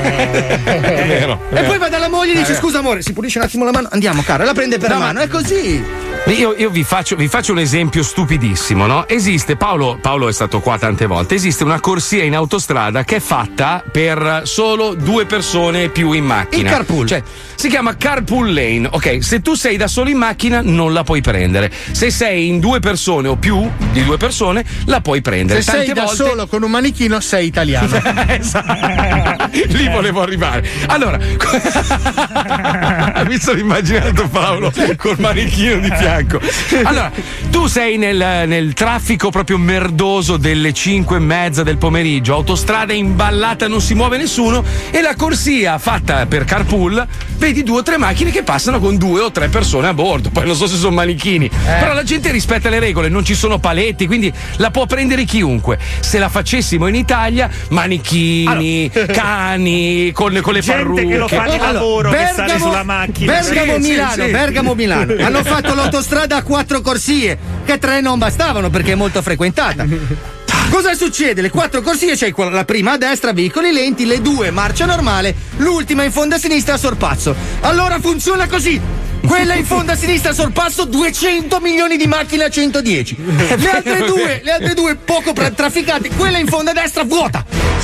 È vero. E poi va dalla moglie e dice: scusa amore, si pulisce un attimo la mano? Andiamo cara, la prende per mano, è così. Io vi faccio un esempio stupidissimo, no? Esiste, Paolo è stato qua tante volte, esiste una corsia in autostrada che è fatta per solo 2 persone più in macchina. Il carpool. Cioè, si chiama carpool lane, ok? Se tu sei da solo in macchina non la puoi prendere. Se sei in 2 persone o più di 2 persone la puoi prendere. Se sei da solo con un manichino sei italiano. Esatto. Lì volevo arrivare. Allora, mi sono immaginato Paolo col manichino di fianco. Allora, tu sei nel traffico proprio merdoso delle 5:30 del pomeriggio, autostrada imballata, non si muove nessuno, e la corsia fatta per carpool, vedi 2 o 3 macchine che passano con 2 o 3 persone a bordo. Poi non so se sono manichini, però la gente rispetta le regole, non ci sono paletti, quindi la può prendere chiunque. Se la facessimo in Italia, manichini, cani, con le parrucche, che lo fa di lavoro, che sale sulla macchina. Bergamo-Milano. Hanno fatto l'autostrada a 4 corsie, che 3 non bastavano perché è molto frequentata. Cosa succede? Le 4 corsie, c'è la prima a destra, veicoli lenti, le 2 marcia normale, l'ultima in fondo a sinistra a sorpazzo. Allora funziona così: Quella in fondo a sinistra sorpasso 200 milioni di macchine a 110. Le altre due poco trafficate. Quella in fondo a destra vuota.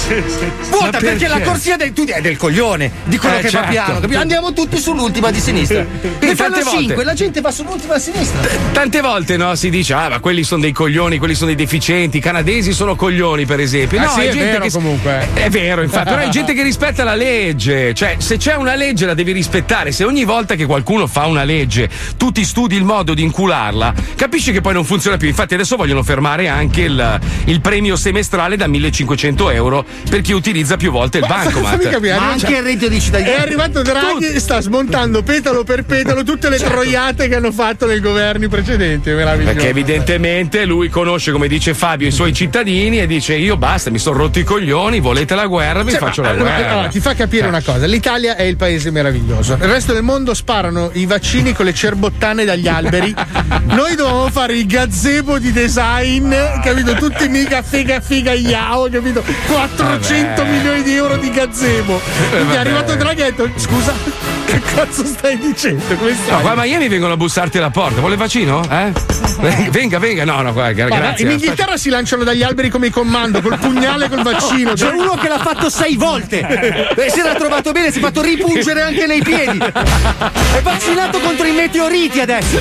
Vuota perché la corsia è del coglione, di quello che va piano. Andiamo tutti sull'ultima di sinistra. Ne fanno 5, la gente va sull'ultima a sinistra. Tante volte si dice ma quelli sono dei coglioni, quelli sono dei deficienti, i canadesi sono coglioni per esempio. No, sì, è è gente vero, che comunque. È vero, infatti, però è gente che rispetta la legge. Cioè, se c'è una legge la devi rispettare. Se ogni volta che qualcuno fa una legge tu ti studi il modo di incularla, capisci che poi non funziona più. Infatti adesso vogliono fermare anche il premio semestrale da 1.500 euro per chi utilizza più volte il bancomat. Ma anche il reddito di cittadinanza. È arrivato Draghi e sta smontando petalo per petalo tutte le troiate che hanno fatto nei governi precedenti. È meraviglioso. Perché evidentemente lui conosce, come dice Fabio, i suoi cittadini e dice io basta, mi sono rotto i coglioni, volete la guerra, vi faccio la guerra. Allora, ti fa capire una cosa, l'Italia è il paese meraviglioso. Il resto del mondo sparano i vaccini con le cerbottane dagli alberi. Noi dovevamo fare il gazebo di design, capito? Tutti mica figa yao, capito? 400 milioni di euro di gazebo. Quindi è arrivato Draghi e ha detto scusa, che cazzo stai dicendo? Come stai? No, qua a Miami vengono a bussarti alla porta. Vuole il vaccino? Venga. No, guarda, grazie. In Inghilterra si lanciano dagli alberi come i comando, col pugnale e col vaccino. C'è uno che l'ha fatto 6 volte. Si era trovato bene, si è fatto ripungere anche nei piedi. È vaccinato contro i meteoriti adesso.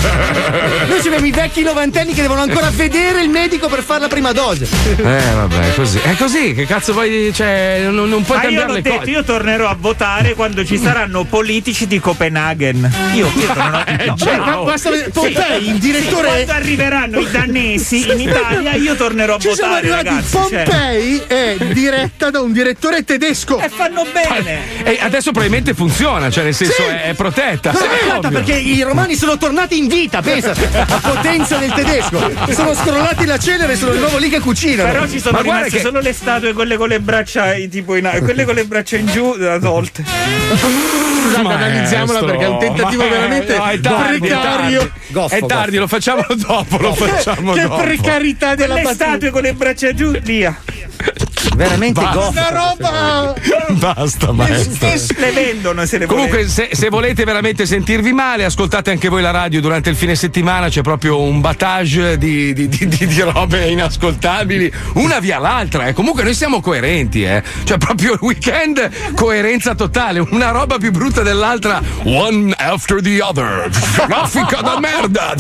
Noi abbiamo i vecchi novantenni che devono ancora vedere il medico per fare la prima dose. Vabbè, è così. Che cazzo vuoi? Cioè, non puoi cambiare le cose. Io tornerò a votare quando ci saranno politici di Copenaghen. Io tornerò. Pompei, il direttore. Quando arriveranno i dannesi in Italia, io tornerò a votare. Siamo arrivati. Ragazzi, Pompei è diretta da un direttore tedesco. E fanno bene. E adesso probabilmente funziona, cioè nel senso è protetta. Perché i romani sono tornati in vita, pensa, a potenza del tedesco. Sono scrollati la cenere, sono di nuovo lì che cucinano. Però ci sono rimaste solo le statue, quelle con le braccia tipo quelle con le braccia in giù, tolte. Scusate, analizziamola perché è un tentativo veramente precario. È tardi, lo facciamo dopo. Che precarietà della le statue con le braccia giù, via. Veramente una roba. Basta, maestro. Le vendono se le Comunque, se volete veramente sentirvi male, ascoltate anche voi la radio durante il fine settimana. C'è proprio un battage di robe inascoltabili, una via l'altra. Comunque noi siamo coerenti, cioè proprio il weekend coerenza totale, una roba più brutta dell'altra, one after the other. Traffica da merda.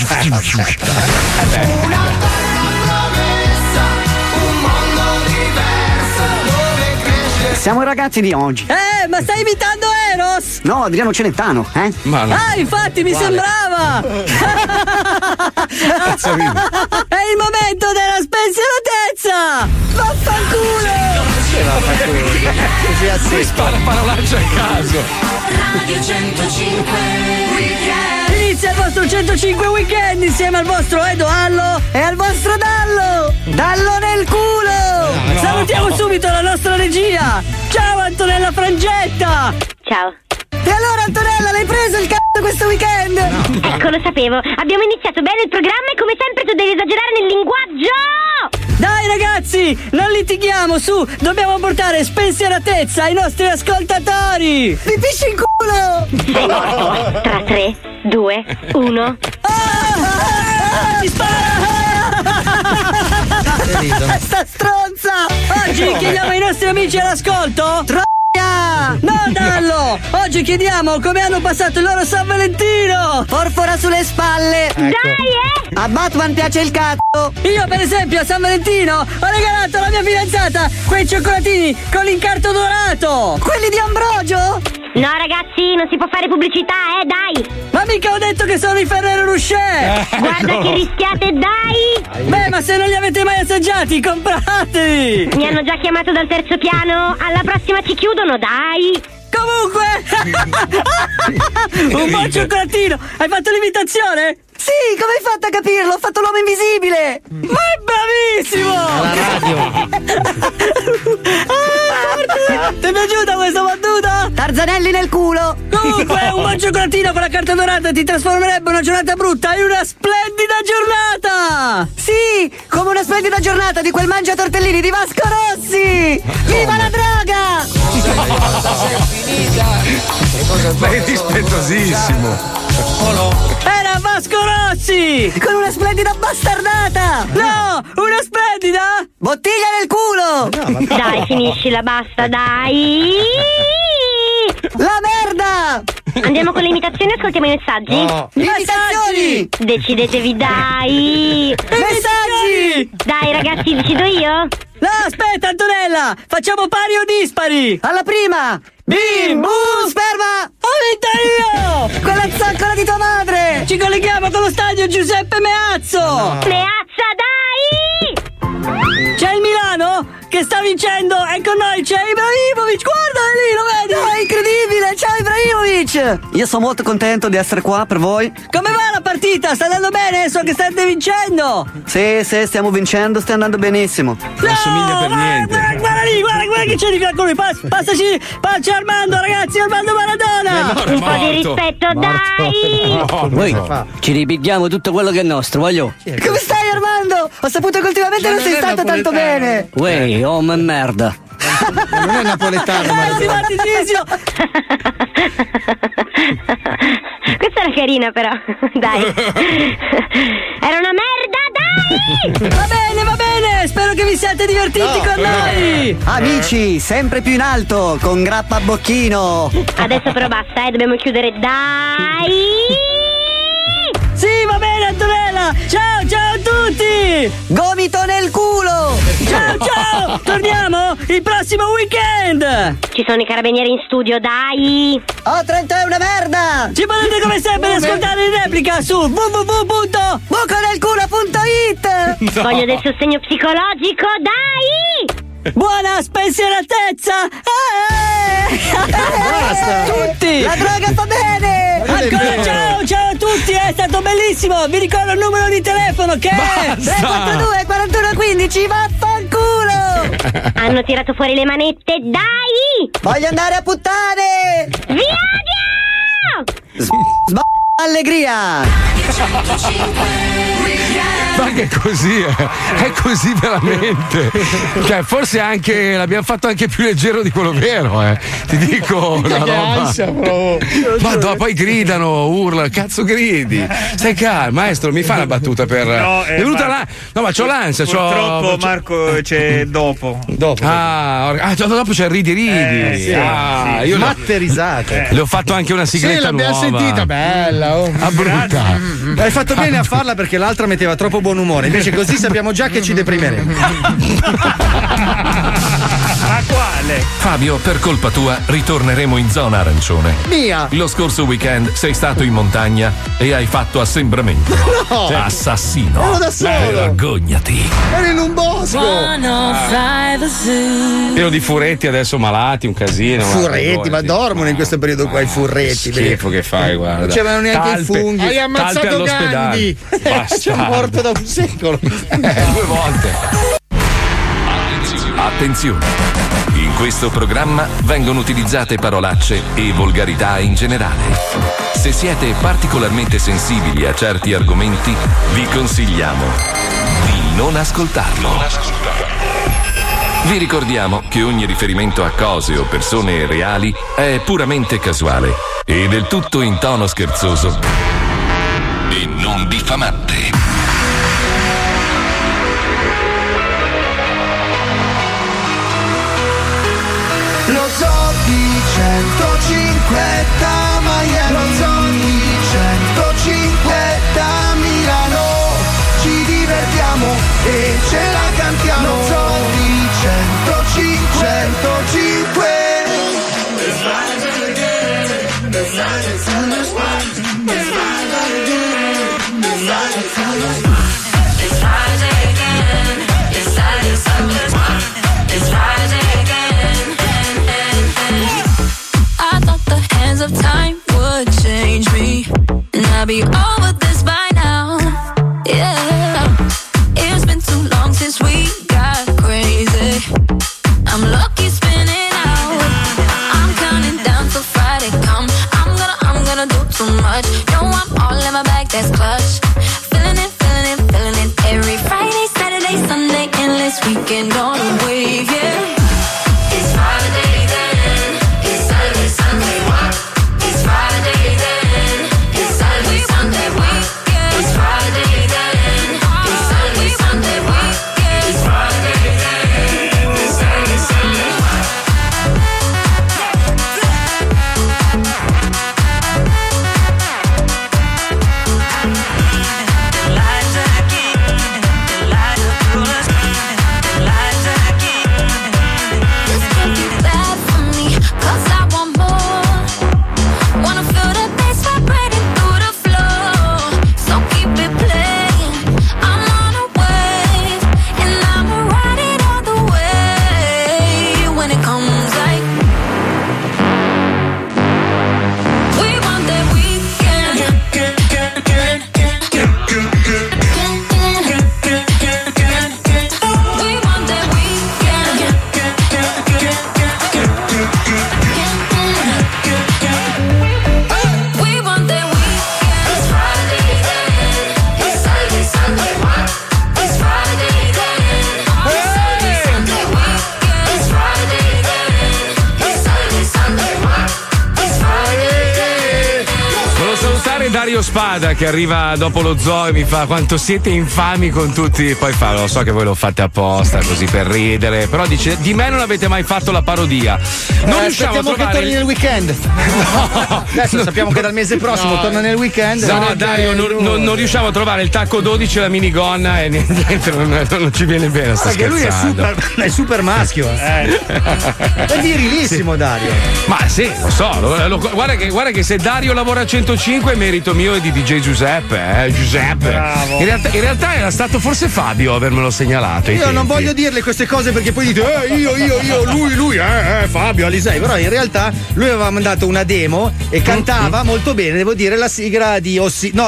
Siamo i ragazzi di oggi. Ma stai imitando Eros? No, Adriano Celentano, Ma no. Infatti mi sembrava. È il momento della spensieratezza. Vaffanculo. Si spara parolacce a caso. Radio 105 Weekend. Inizia il vostro 105 Weekend insieme al vostro Edo Allo e al vostro Dallo. Dallo nel culo. No. Salutiamo subito la nostra regia. Ciao Antonella Frangetta. Ciao. E allora Antonella, l'hai preso il c***o questo weekend? Ecco, lo sapevo. Abbiamo iniziato bene il programma e come sempre tu devi esagerare nel linguaggio. Dai ragazzi, non litighiamo, su. Dobbiamo portare spensieratezza ai nostri ascoltatori. Mi pisci in culo. Tra 3, 2, 1. Mi spara! Sta stronza! Oggi chiediamo ai nostri amici all'ascolto No, Dallo! Oggi chiediamo come hanno passato il loro San Valentino! Porfora sulle spalle! Dai, A Batman piace il cazzo! Io, per esempio, a San Valentino ho regalato alla mia fidanzata quei cioccolatini con l'incarto dorato! Quelli di Ambrogio? No, ragazzi, non si può fare pubblicità, dai! Ma mica ho detto che sono i Ferrero Rocher! Guarda che rischiate, dai! Beh, ma se non li avete mai assaggiati, comprateli! Mi hanno già chiamato dal terzo piano, alla prossima ci chiudono, dai! Comunque! Un buon cioccolatino! Hai fatto l'imitazione? Sì, come hai fatto a capirlo? Ho fatto l'uomo invisibile! Ma è bravissimo! Alla radio! Ti è piaciuta questa battuta? Tarzanelli nel culo! Comunque, un buon cioccolatino con la carta dorata ti trasformerebbe una giornata brutta in una splendida giornata! Sì, come una splendida giornata di quel mangia tortellini di Vasco Rossi! Viva la droga! Ma è rispettosissimo. Era Vasco Rossi! Con una splendida bastardata! No! Una splendida bottiglia nel culo! Dai, finiscila, basta, dai! La merda! Andiamo con le imitazioni o ascoltiamo i messaggi? No. Imitazioni! Decidetevi, dai! Messaggi! Dai, ragazzi, decido io? No, aspetta, Antonella! Facciamo pari o dispari! Alla prima! Bim, bum, sperma! Ho vinto io! Quella zoccola di tua madre! Ci colleghiamo con lo stadio Giuseppe Meazzo! No. Meazza, dai! C'è il Milano che sta vincendo e con noi c'è Ibrahimovic, guarda lì, lo vedi? No, è incredibile, ciao Ibrahimovic! Io sono molto contento di essere qua per voi. Come va la partita? Sta andando bene? So che state vincendo! Sì, stiamo vincendo, sta andando benissimo. Non assomiglia per niente. Guarda lì, guarda che c'è di fianco lui, passaci, c'è Armando, ragazzi, Armando Maradona! Un po' di rispetto, dai! Voi ci ripighiamo tutto quello che è nostro, voglio. Come stai Armando? Ho saputo che ultimamente non sei stato tanto bene. Uè, oh merda. Non è napoletano, ma questa era carina, però. Dai. Era una merda, dai! Va bene, spero che vi siate divertiti con noi. Amici, sempre più in alto, con grappa a bocchino. Adesso però basta, dobbiamo chiudere, dai! Sì, va bene, Antonella! Ciao a tutti! Gomito nel culo! Ciao! Torniamo il prossimo weekend! Ci sono i carabinieri in studio, dai! Oh, Trento è una merda! Ci potete come sempre ascoltare in replica su www.buconelculo.it. Voglio del sostegno psicologico, dai! Buona spensieratezza! Basta! Tutti! La droga fa bene! Ancora ciao a tutti, è stato bellissimo! Vi ricordo il numero di telefono che è 342 4115, vaffanculo! Hanno tirato fuori le manette, dai! Voglio andare a puttane! Via! Allegria! Ma che così è così veramente. Cioè, forse anche l'abbiamo fatto anche più leggero di quello vero, ti dico una roba. Ma poi gridano, urlano, cazzo gridi? Stai calmo, maestro, mi fa una battuta per. No, è venuta no, ma c'ho l'ansia, purtroppo Marco c'è dopo. Dopo c'è il ridi. Sì, io matte risate. Le ho fatto anche una sigletta nuova. Sì, l'abbiamo sentita, bella. Brutta. Hai fatto bene a farla perché l'altra metteva troppo buon umore. Invece così sappiamo già che ci deprimeremo. Ma quale? Fabio, per colpa tua ritorneremo in zona arancione. Mia! Lo scorso weekend sei stato in montagna e hai fatto assembramento. No! Assassino! Ero da solo! Vergognati! Ero in un bosco! Pieno di furetti adesso malati, un casino. Furretti, ma dormono in questo periodo qua i furretti. Schifo che fai, guarda. Non c'erano neanche i funghi. Hai ammazzato Gandhi! C'è morto da un secolo. 2 volte. Attenzione! In questo programma vengono utilizzate parolacce e volgarità in generale. Se siete particolarmente sensibili a certi argomenti, vi consigliamo di non ascoltarlo. Vi ricordiamo che ogni riferimento a cose o persone reali è puramente casuale e del tutto in tono scherzoso e non diffamante. Lo zoo di 105 da Miami, lo zoo di 105 da Milano, ci divertiamo e ce la cantiamo. Lo zoo di 105. pure Dario Spada che arriva dopo lo zoo e mi fa quanto siete infami con tutti. Poi fa, lo so che voi lo fate apposta così per ridere, però dice di me non avete mai fatto la parodia. Non riusciamo a trovare che torni nel weekend. No. Adesso sappiamo che dal mese prossimo torna nel weekend. No, Dario, non riusciamo a trovare il tacco 12 e la minigonna e niente, non ci viene bene. Perché lui è super maschio. È virilissimo, sì. Dario. Ma sì, lo so. Guarda che se Dario lavora a 105 è merito mio e di DJ Giuseppe. Giuseppe. Bravo. In realtà era stato forse Fabio a avermelo segnalato. Io non voglio dirle queste cose perché poi dite io, lui, Fabio, Alisei. Però in realtà lui aveva mandato una demo e cantava molto bene, devo dire, la sigla di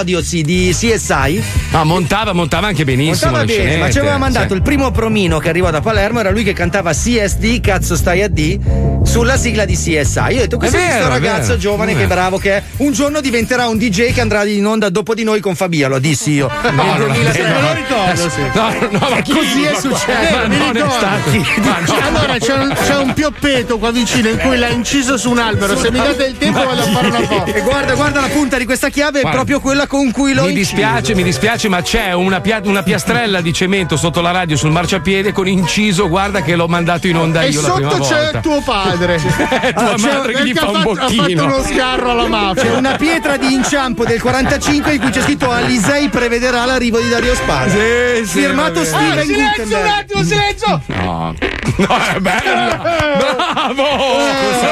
CSI. No, montava anche benissimo. Montava bene, ma ci aveva mandato il primo promino che arrivò da Palermo, era lui che cantava CSD, cazzo stai a D, sulla sigla di CSI. Io ho detto, questo è questo ragazzo giovane che bravo che è, un giorno diventerà un DJ che andrà in onda dopo di noi con Fabia, lo dissi io. Nel 2006 me lo ricordo, sì. No, ma così è successo. Mi ricordo. Allora c'è un pioppeto qua vicino in cui l'ha inciso su un albero. Se mi date il tempo vado a fare una foto. E guarda la punta di questa chiave, è proprio quella con cui l'ho inciso. Mi dispiace, ma c'è una piastrella di cemento sotto la radio sul marciapiede con inciso, guarda che l'ho mandato in onda io la prima volta. E sotto c'è tuo padre. Tua madre che gli fa un bocchino. Ha fatto uno scarro alla mafia. C'è una pietra di inciampo del 45 in cui c'è scritto Alisei prevederà l'arrivo di Dario Spada. Sì, firmato Steven Gutenberg. Un attimo, silenzio. No, è bello. Bravo. Scusa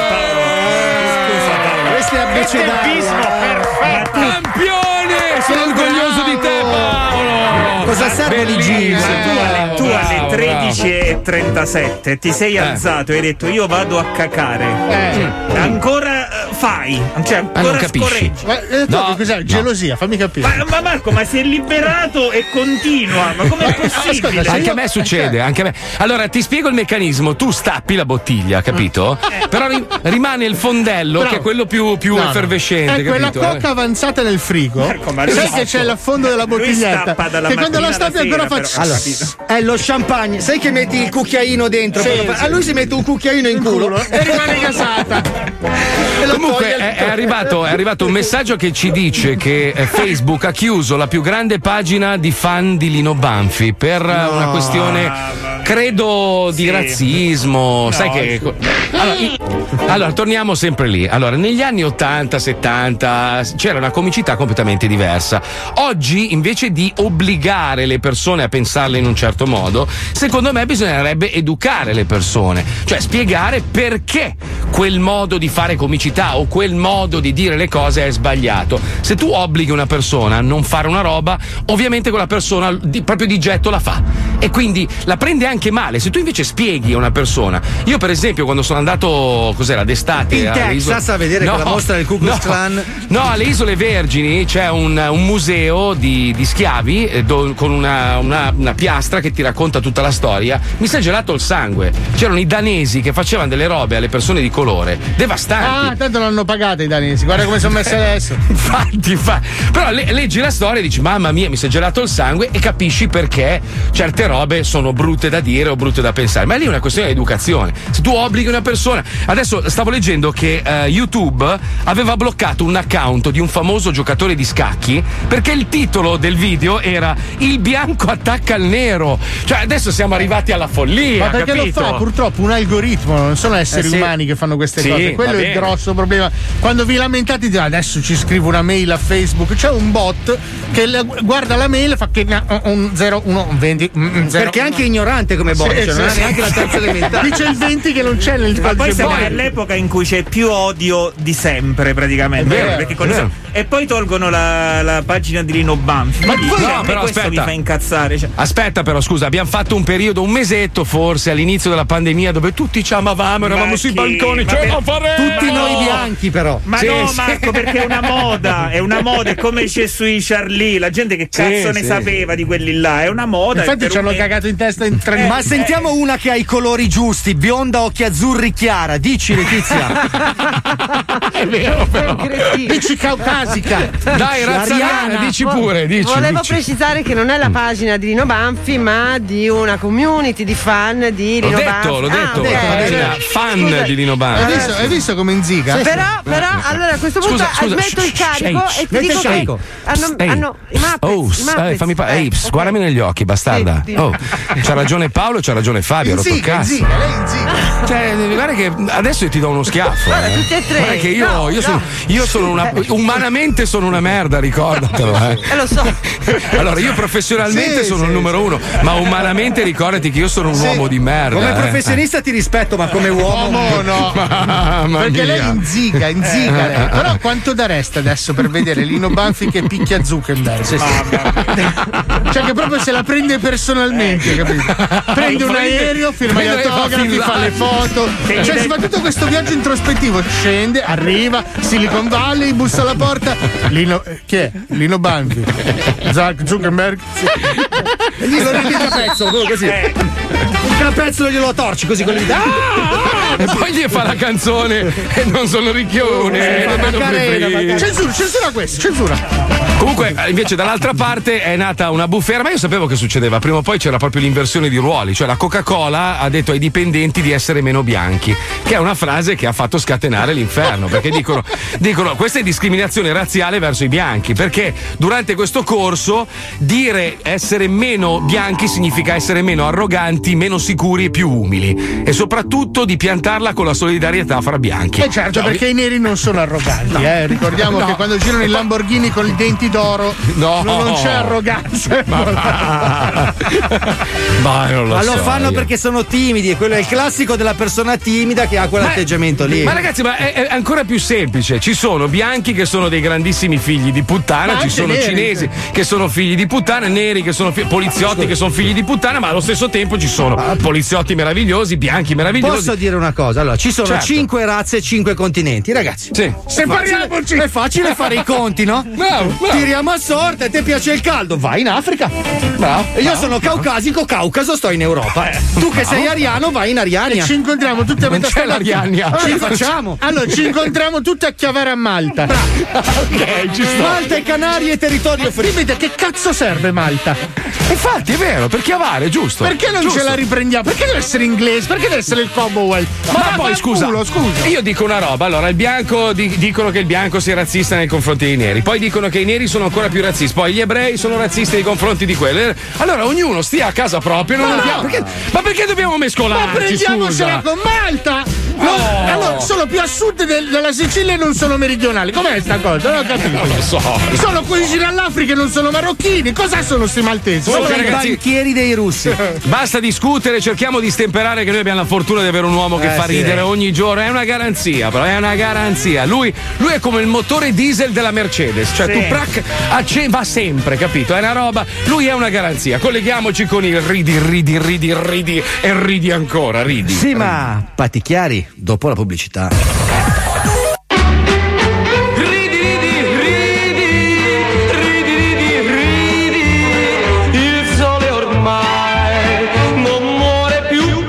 Paolo. Questo è abbecedario. Perfetto. Campione! Sono orgoglioso di te, Paolo. Cosa serve l'igino? Tu alle 13:37 ti sei alzato e hai detto io vado a cacare. Ancora fai, cioè ancora non capisci. Cos'è? Gelosia, fammi capire. Ma Marco, ma si è liberato e continua. Ma com'è possibile? Ascolta, anche a me succede, anche a me. Allora ti spiego il meccanismo: tu stappi la bottiglia, capito? Però rimane il fondello, che è quello più effervescente. È quella coca avanzata nel frigo. Marco, sai che c'è l'affondo della bottiglietta. Che quando la stappi ancora fa. Allora, è lo champagne. Sai che metti il cucchiaino dentro? A lui si mette un cucchiaino in culo e rimane gasata. Comunque è arrivato un messaggio che ci dice che Facebook ha chiuso la più grande pagina di fan di Lino Banfi per una questione, credo, di razzismo. Sai che. Allora, torniamo sempre lì. Allora, negli anni 80-70 c'era una comicità completamente diversa. Oggi, invece di obbligare le persone a pensarle in un certo modo, secondo me bisognerebbe educare le persone, cioè spiegare perché quel modo di fare comicità o quel modo di dire le cose è sbagliato. Se tu obblighi una persona a non fare una roba, ovviamente quella persona proprio di getto la fa e quindi la prende anche male. Se tu invece spieghi a una persona, io per esempio quando sono andato, cos'era, d'estate in Texas a vedere quella mostra del Ku Klux Klan, alle Isole Vergini c'è un museo di schiavi con una piastra che ti racconta tutta la storia. Mi si è gelato il sangue. C'erano i danesi che facevano delle robe alle persone di colore devastanti. Tanto non hanno pagato i danesi, guarda come sono messi adesso. Infatti. Però leggi la storia e dici mamma mia, mi si è gelato il sangue e capisci perché certe robe sono brutte da dire o brutte da pensare. Ma lì è una questione di educazione. Se tu obblighi una persona. Adesso stavo leggendo che YouTube aveva bloccato un account di un famoso giocatore di scacchi perché il titolo del video era "Il bianco attacca il nero". Cioè adesso siamo arrivati alla follia. Ma perché capito? lo fa purtroppo un algoritmo, non sono esseri umani che fanno queste cose. Quello è il grosso problema. Quando vi lamentate di adesso ci scrivo una mail a Facebook, c'è un bot che guarda la mail e fa che un 0, 1, 20. Perché è anche ignorante come bot, non ha neanche la terza elementare. Dice il 20 che non c'è nel ma poi siamo all'epoca in cui c'è più odio di sempre praticamente. Perché e poi tolgono la pagina di Lino Banfi. Ma però questo aspetta, mi fa incazzare. Aspetta però scusa, abbiamo fatto un periodo, un mesetto forse all'inizio della pandemia dove tutti ci amavamo, eravamo sui balconi, tutti noi bianchi però. Ma no Marco, perché è una moda, è come c'è sui Charlie, la gente che cazzo ne sapeva di quelli là, è una moda. Infatti ci hanno cagato in testa in 3 Ma sentiamo una che ha i colori giusti, bionda, occhi azzurri chiara, dici Letizia. È vero però. Dici caucasica. Dai Razzariana, dici pure, Volevo precisare che non è la pagina di Lino Banfi, ma di una community di fan di Lino Banfi. L'ho detto, fan di Lino Banfi. Hai visto come inziga? Però, allora a questo punto smetto il carico e ti dico che hanno i Muppets. Fammi guardami negli occhi, bastarda. C'ha ragione Paolo, c'ha ragione Fabio. Inziga, lei inziga. Cioè, guarda che adesso io ti do uno schiaffo. Guarda, tutti e tre. Guarda che io sono umanamente sono una merda, ricordatelo. Lo so. Allora, io professionalmente sono il numero uno, ma umanamente ricordati che io sono un uomo di merda. Come professionista ti rispetto, ma come uomo no. Perché lei inziga lei. Però quanto dareste adesso per vedere Lino Banfi che picchia Zuckerberg? Cioè che proprio se la prende personalmente, capito? Prende un aereo, firma gli autografi, fa le foto. Cioè si fa tutto questo viaggio introspettivo. Scende, arriva, Silicon Valley, bussa alla porta. Lino, chi è? Lino Banfi. Zuckerberg. E gli lo riempie il capezzo, così. Il capezzolo glielo torci così con le dita. E poi gli fa la canzone e non sono ricchione. Censura questo, censura. Comunque, invece, dall'altra parte è nata una bufera, ma io sapevo che succedeva. Prima o poi c'era proprio l'inversione di ruoli. Cioè, la Coca-Cola ha detto ai dipendenti di essere meno bianchi, che è una frase che ha fatto scatenare l'inferno. Perché dicono questa è discriminazione razziale verso i bianchi. Perché durante questo corso dire essere meno bianchi significa essere meno arroganti, meno sicuri e più umili. E soprattutto di piantarla con la solidarietà fra bianchi. Certo, perché i neri non sono arroganti. Ricordiamo che quando girano i Lamborghini con i denti d'oro non c'è arroganza. Ma non lo ma so, lo fanno perché sono timidi, e quello è il classico della persona timida che ha quell'atteggiamento lì. Ma ragazzi, ma è ancora più semplice. Ci sono bianchi che sono dei grandissimi figli di puttana, ci sono cinesi che sono figli di puttana, neri che sono poliziotti che sono figli di puttana, ma allo stesso tempo ci sono poliziotti meravigliosi, bianchi meravigliosi. Posso dire una cosa? Allora, ci sono 5 razze e 5 continenti, ragazzi. Sì. Separiamoci! È facile fare i conti, no? Bravo. Tiriamo a sorte, a te piace il caldo, vai in Africa. Bravo. E io sono caucasico, Caucaso, sto in Europa. Tu che sei ariano, vai in Ariania. E ci incontriamo tutti a metà strada. Ci facciamo. Allora, ci incontriamo tutti a Chiavara a Malta. Ok, ci sto. Malta e Canarie, territorio free. Dimmi che cazzo serve Malta? Infatti, è vero, per chiavare, giusto. Perché non ce la riprendiamo? Perché deve essere inglese? Perché deve essere il Commonwealth? Ma poi scusa, io dico una roba. Allora, il bianco dicono che il bianco sia razzista nei confronti dei neri. Poi dicono che i neri sono ancora più razzisti. Poi gli ebrei sono razzisti nei confronti di quelli. Allora, ognuno stia a casa propria. Ma perché dobbiamo mescolarci? Ma prendiamocela con Malta! Allora, sono più a sud della Sicilia e non sono meridionali. Com'è sta cosa? Non ho capito. Non lo so. Sono cucini all'Africa e non sono marocchini. Cos'è sono sti maltesi? Sono i banchieri dei russi. Basta discutere, cerchiamo di stemperare che noi abbiamo la fortuna di avere un uomo che fa ridere ogni giorno. È una garanzia, però è una garanzia. Lui è come il motore diesel della Mercedes. Cioè tu va sempre, capito? È una roba. Lui è una garanzia. Colleghiamoci con il ridi e ridi ancora, ridi. Sì, ma patti chiari dopo la pubblicità. Il sole ormai non muore più.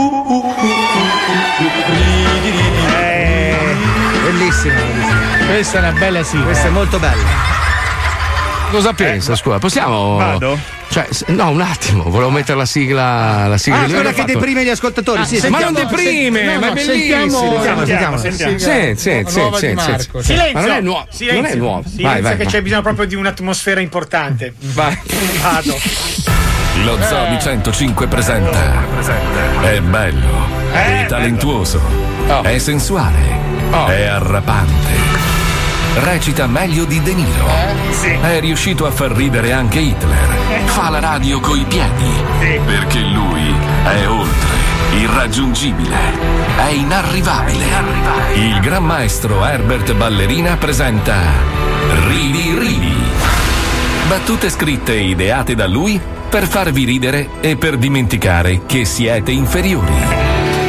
Bellissima. Questa è una bella sigla. Questa è molto bella. Cosa pensa? Scusa, possiamo. Vado? Cioè, no, un attimo, volevo mettere la sigla quella che deprime gli ascoltatori. Ma non deprime, ma è bellissimo. Sentiamo. Sì. Silenzio. Ma non è nuovo. Non è nuovo. Silenzio, che c'è bisogno proprio di un'atmosfera importante. Vai. Vado. Lo Zoo 105 presenta. È bello, è talentuoso, è sensuale, è arrapante. Recita meglio di De Niro. È riuscito a far ridere anche Hitler. Fa la radio coi piedi. Perché lui è oltre, irraggiungibile, è inarrivabile. Il gran maestro Herbert Ballerina presenta Ridi. Battute scritte e ideate da lui per farvi ridere e per dimenticare che siete inferiori.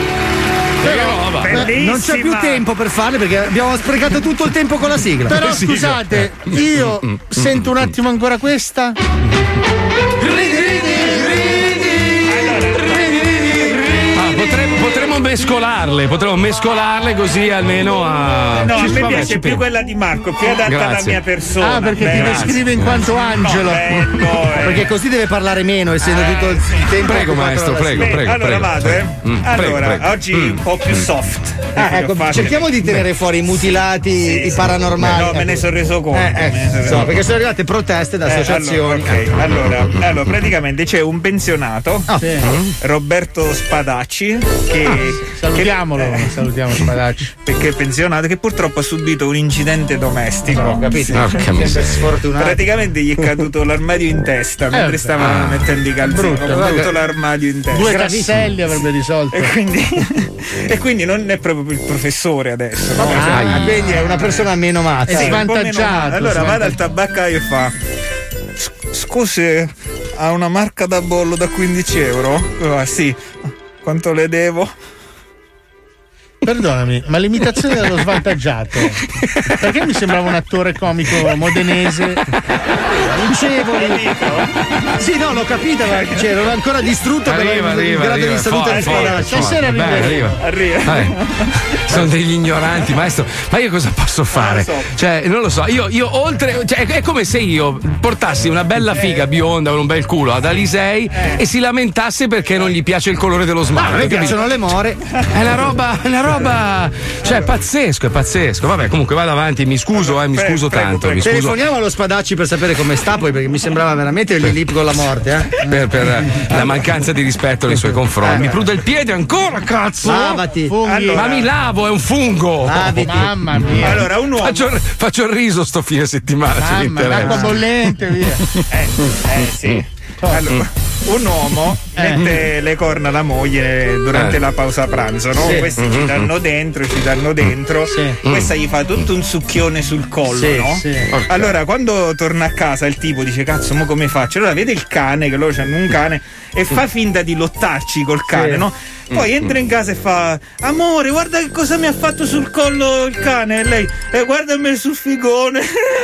Non c'è più tempo per farle perché abbiamo sprecato tutto il tempo con la sigla. Però scusate, io sento un attimo ancora questa. Potremmo mescolarle così almeno a. No, a me piace più quella di Marco, più adatta alla mia persona. Ah, perché ti descrive in quanto angelo. Perché così deve parlare meno, essendo tutto il tempo. Prego, maestro, prego. Allora vado, Allora, oggi un po' più soft. Ecco, cerchiamo di tenere fuori i mutilati, i paranormali. No, me ne sono reso conto. Perché sono arrivate proteste da associazioni. Allora, praticamente c'è un pensionato, Roberto Spadacci, che salutiamo Spadacci. Perché è pensionato, che purtroppo ha subito un incidente domestico. Capito? Sfortunato. Praticamente gli è caduto l'armadio in testa mentre stava mettendo i calzini. Ha caduto l'armadio in testa. 2 castelli avrebbe risolto. E quindi non è proprio il professore adesso. Quindi è una persona meno matta. È svantaggiato. Allora va dal tabaccaio e fa: scusi, ha una marca da bollo da 15 euro? Sì. Quanto le devo? Perdonami, ma l'imitazione dello svantaggiato, perché mi sembrava un attore comico modenese? Vincevoli. Sì, no, l'ho capita, ma ero ancora distrutto per il grado di salute di Spadacci. Stasera arriva. Sono degli ignoranti, maestro. Ma io cosa posso fare? Non lo so. Io oltre. Cioè, è come se io portassi una bella figa bionda con un bel culo ad Alisei e si lamentasse perché non gli piace il colore dello smalto. A me piacciono le more. È una roba. Cioè, è pazzesco. Vabbè, comunque vado avanti, mi scuso tanto. Mi scuso. Telefoniamo allo Spadacci per sapere come sta, poi, perché mi sembrava veramente lì con la morte. Per la mancanza di rispetto nei suoi confronti. Mi prude il piede ancora, cazzo! Lavati. Ma mi lavo, è un fungo! Mamma mia! Allora, un uomo. Faccio il riso sto fine settimana. L'acqua bollente, via. Sì. Allora, un uomo mette le corna alla moglie durante la pausa pranzo, no? Questi ci danno dentro. Questa gli fa tutto un succhione sul collo, no? Allora, quando torna a casa il tipo dice: cazzo, mo come faccio? Allora vede il cane, che loro hanno un cane, e fa finta di lottarci col cane, no? Poi entra in casa e fa: amore, guarda che cosa mi ha fatto sul collo il cane. E lei: guardami sul figone.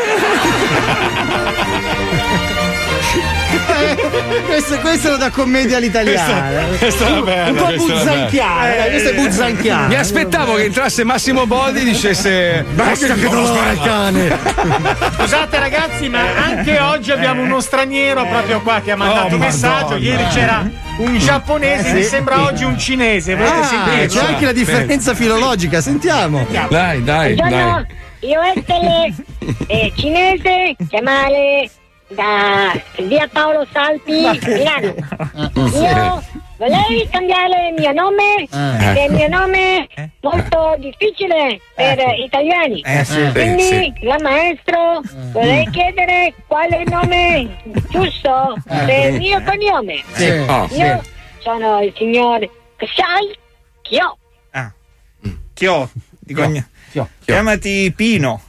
Questo è da commedia all'italiana. Questo è bello, un po' buzzanchiana. Questo è buzzanchiana. Mi aspettavo che entrasse Massimo Bodi e dicesse: basta che dolore il cane. Scusate ragazzi, ma anche oggi abbiamo uno straniero proprio qua che ha mandato un messaggio. Ieri c'era un giapponese, mi sembra oggi un cinese. C'è anche la differenza filologica, sentiamo. Dai. Io essere cinese, chiamare da via Paolo Salpi, Milano. Io volevo cambiare il mio nome, perché il mio nome è molto difficile per italiani. Quindi la maestro vorrei chiedere qual è il nome giusto per il mio cognome. Io sono il signor Ksai Kyo. Kyo. Chiamati Pino.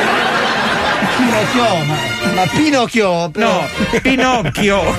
Ma Pinocchio? No, Pinocchio. Ho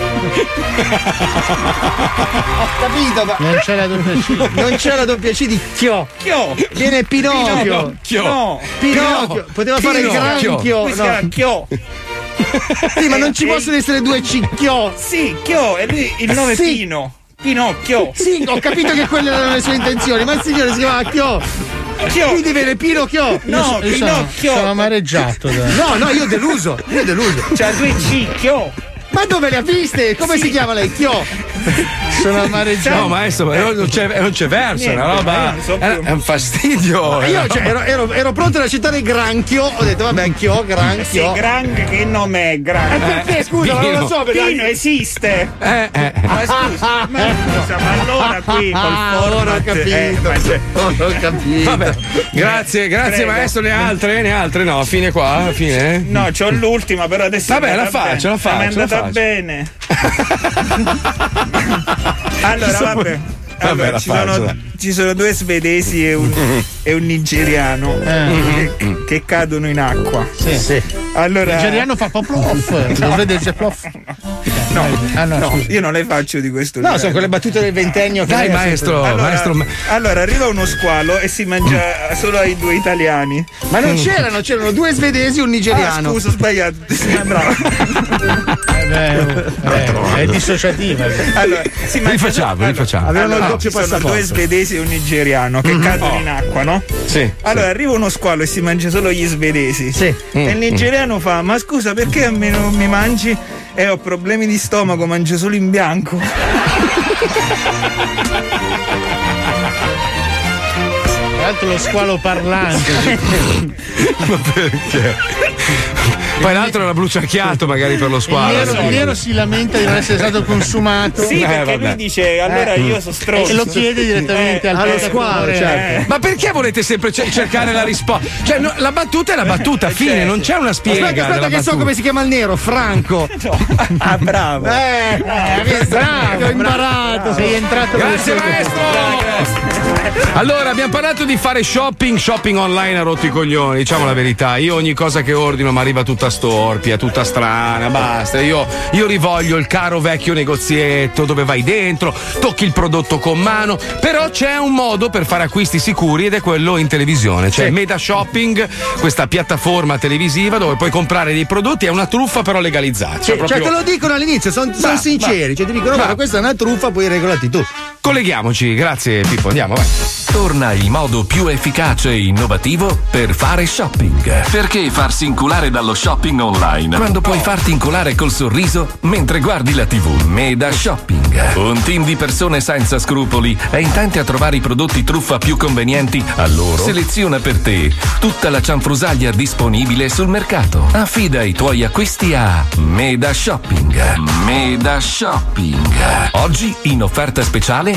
capito, ma non c'è la doppia C. Non c'è la doppia C di Chio. Viene Pinocchio. No. Pinocchio. Poteva fare il granchio. Chio. Sì, ma non ci possono essere due C. Chio. Sì, Chio, e lui il nome è Pino. Pinocchio. Sì, ho capito che quelle erano le sue intenzioni, ma il signore si chiama Chio. Quindi viene Pinocchio. No, Pinocchio. Sono amareggiato. No, io deluso. C'ha 2 C, Chio. Ma dove le ha viste? Come si chiama lei? Chio. Sono amareggiato. No, maestro, non c'è verso, è una roba. È un fastidio. Ma io ero pronto ad accettare granchio. Ho detto, vabbè, anch'io, granchio. Sì, che nome è Granchio? Perché, scusa, Pino. non lo so. Pino esiste. Ma scusa, ma allora qui col format. Ho capito. Vabbè, grazie maestro. Ne altre? No, fine qua? Fine? No, c'ho l'ultima, però adesso. Vabbè, la faccio. Mi è andata bene. Allora, vabbè. Ci sono 2 svedesi e un nigeriano che cadono in acqua. Sì. Allora, il nigeriano fa plof, lo svedese plof. No, io non le faccio di questo. No, sono quelle battute del ventennio. Dai, maestro. Allora arriva uno squalo e si mangia solo ai 2 italiani. Ma non c'erano 2 svedesi e un nigeriano. Scusa, ho sbagliato. Bravo. È dissociativa. Allora, rifacciamo. Avevano il doppio passaporto. Sono 2 svedesi e un nigeriano che cadono in acqua, no? Sì. Allora arriva uno squalo e si mangia solo gli svedesi. Sì. E il nigeriano fa: ma scusa, perché a me non mi mangi? Ho problemi di stomaco, mangio solo in bianco. Tra l'altro lo squalo parlante. Ma perché? Poi l'altro era bruciacchiato magari per lo squalo. Il nero si lamenta di non essere stato consumato. Sì, perché lui dice allora io sono stronzo. E lo chiede direttamente allo squalo. Certo. Ma perché volete sempre cercare la risposta? Cioè, la battuta è la battuta, fine, non c'è una spiega. Aspetta che so come si chiama il nero, Franco. Ah, bravo. Bravo, ho imparato. Sei entrato. Grazie maestro. Allora, abbiamo parlato di fare shopping online ha rotto i coglioni, diciamo la verità. Io ogni cosa che ordino mi arriva tutta storpia, tutta strana, basta. Io rivoglio il caro vecchio negozietto dove vai dentro, tocchi il prodotto con mano, però c'è un modo per fare acquisti sicuri ed è quello in televisione. Cioè Meda Shopping, questa piattaforma televisiva dove puoi comprare dei prodotti, è una truffa però legalizzata. Cioè te lo dicono all'inizio, sono sinceri, cioè ti dicono guarda, questa è una truffa, puoi regolati tu. Colleghiamoci, grazie Pippo, andiamo, vai. Torna il modo più efficace e innovativo per fare shopping. Perché farsi inculare dallo shopping online quando puoi farti inculare col sorriso mentre guardi la TV? Meda Shopping. Un team di persone senza scrupoli è intente a trovare i prodotti truffa più convenienti a loro. Seleziona per te tutta la cianfrusaglia disponibile sul mercato. Affida i tuoi acquisti a Meda Shopping. Meda Shopping. Oggi in offerta speciale.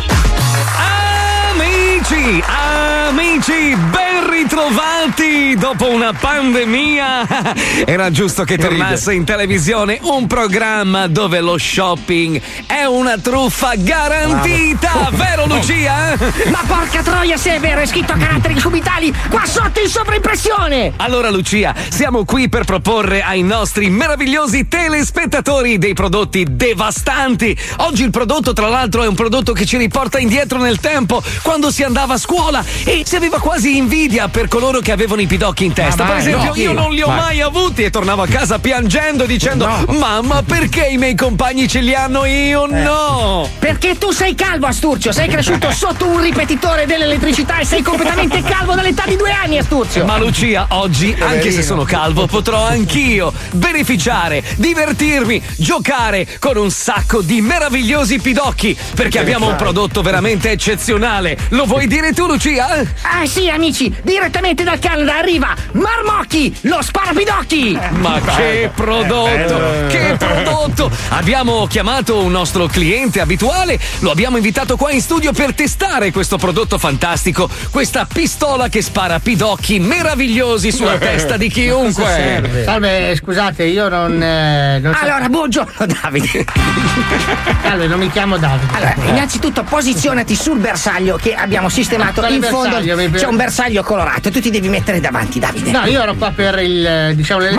Amici, ben ritrovati dopo una pandemia. Era giusto che tornasse in televisione un programma dove lo shopping è una truffa garantita. Vero Lucia? Ma porca troia, se è vero, è scritto a caratteri cubitali qua sotto in sovraimpressione. Allora Lucia, siamo qui per proporre ai nostri meravigliosi telespettatori dei prodotti devastanti. Oggi il prodotto, tra l'altro, è un prodotto che ci riporta indietro nel tempo, quando si andava a scuola e si aveva quasi invidia per coloro che avevano i pidocchi in testa. Per esempio, io non li ho mai avuti e tornavo a casa piangendo dicendo mamma, perché i miei compagni ce li hanno, io no? Perché tu sei calvo, Asturzio, sei cresciuto sotto un ripetitore dell'elettricità e sei completamente calvo dall'età di 2 anni, Asturzio. Ma Lucia, oggi, anche se sono calvo, potrò anch'io beneficiare, divertirmi, giocare con un sacco di meravigliosi pidocchi, perché abbiamo un prodotto veramente eccezionale. Lo vuoi dire tu, Lucia? Ah sì, amici, direttamente dal Canada arriva Marmocchi, lo sparapidocchi. Ma che prodotto, che prodotto! Abbiamo chiamato un nostro cliente abituale, lo abbiamo invitato qua in studio per testare questo prodotto fantastico, questa pistola che spara pidocchi meravigliosi sulla testa di chiunque. Salve, scusate, io non allora, buongiorno Davide. Salve, non mi chiamo Davide. Allora, innanzitutto posizionati sul bersaglio che abbiamo sistemato. In fondo c'è un bersaglio colorato e tu ti devi mettere davanti, Davide. No, io ero qua per il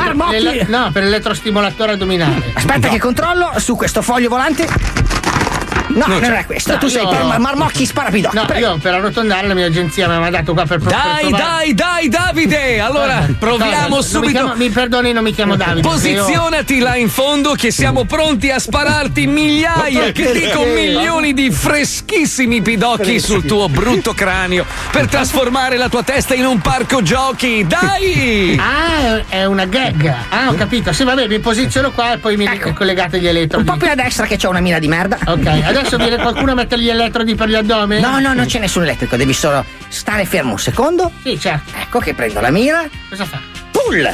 per l'elettrostimolatore addominale. Aspetta che controllo su questo foglio volante. No, non è questo. Tu sei per Marmocchi sparapidocchi. No, io per arrotondare la mia agenzia mi ha mandato qua per Dai, Davide! Allora, proviamo subito. Mi perdoni, non mi chiamo Davide. Posizionati là in fondo che siamo pronti a spararti migliaia, che dico milioni di freschissimi pidocchi sul tuo brutto cranio per trasformare la tua testa in un parco giochi. Dai! Ah, è una gag. Ah, ho capito. Sì, vabbè, mi posiziono qua e poi mi collegate gli elettrodi. Un po' più a destra che c'ho una mina di merda. Ok, adesso viene qualcuno a mettere gli elettrodi per gli addome? No, non c'è nessun elettrico, devi solo stare fermo un secondo. Sì, certo. Ecco che prendo la mira. Cosa fa? Pull!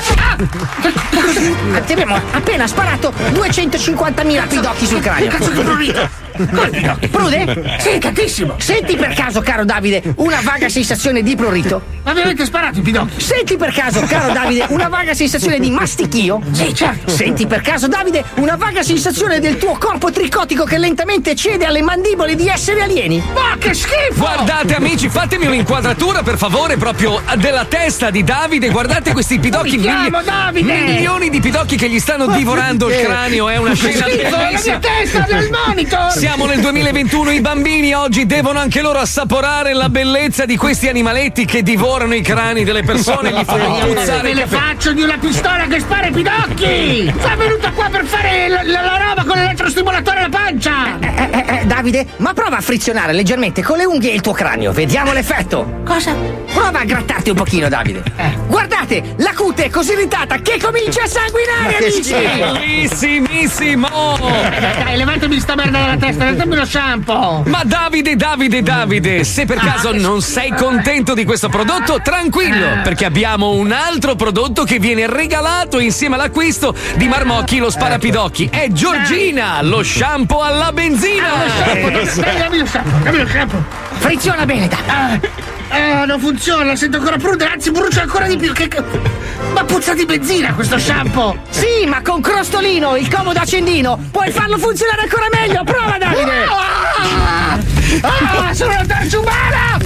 Ti abbiamo appena sparato 250.000 pidocchi sul cranio. Cazzo di prurito! Prude? Sì, tantissimo. Senti per caso, caro Davide, una vaga sensazione di prurito? Ma mi avete sparato i pidocchi? Senti per caso, caro Davide, una vaga sensazione di mastichio? Sì, certo. Senti per caso, Davide, una vaga sensazione del tuo corpo tricotico che lentamente cede alle mandibole di esseri alieni? Ma che schifo! Guardate amici, fatemi un'inquadratura per favore proprio della testa di Davide. Guardate questi pidocchi, milioni di pidocchi che gli stanno divorando il cranio. È una scena bellissima. La mia testa nel monitor! Siamo nel 2021, i bambini oggi devono anche loro assaporare la bellezza di questi animaletti che divorano i crani delle persone, gli fanno puzzare. Me le faccio di una pistola che spara i pidocchi! Sono venuto qua per fare la roba con l'elettrostimolatore alla pancia! Davide, ma prova a frizionare leggermente con le unghie il tuo cranio, vediamo l'effetto. Cosa? Prova a grattarti un pochino, Davide. Guardate, la cute è così irritata che comincia a sanguinare, amici! Bellissimissimo! Dai, levatemi sta merda dalla testa, datemi lo shampoo! Ma Davide, se per caso non sei contento di questo prodotto, tranquillo, perché abbiamo un altro prodotto che viene regalato insieme all'acquisto di Marmocchi lo sparapidocchi. È Giorgina, lo shampoo alla benzina! Dammi lo shampoo! Friziona bene, Davide! Non funziona, sento ancora prude, anzi brucia ancora di più. Ma puzza di benzina questo shampoo! Sì, ma con crostolino, il comodo accendino, puoi farlo funzionare ancora meglio! Prova, Davide! Sono una torcia umana!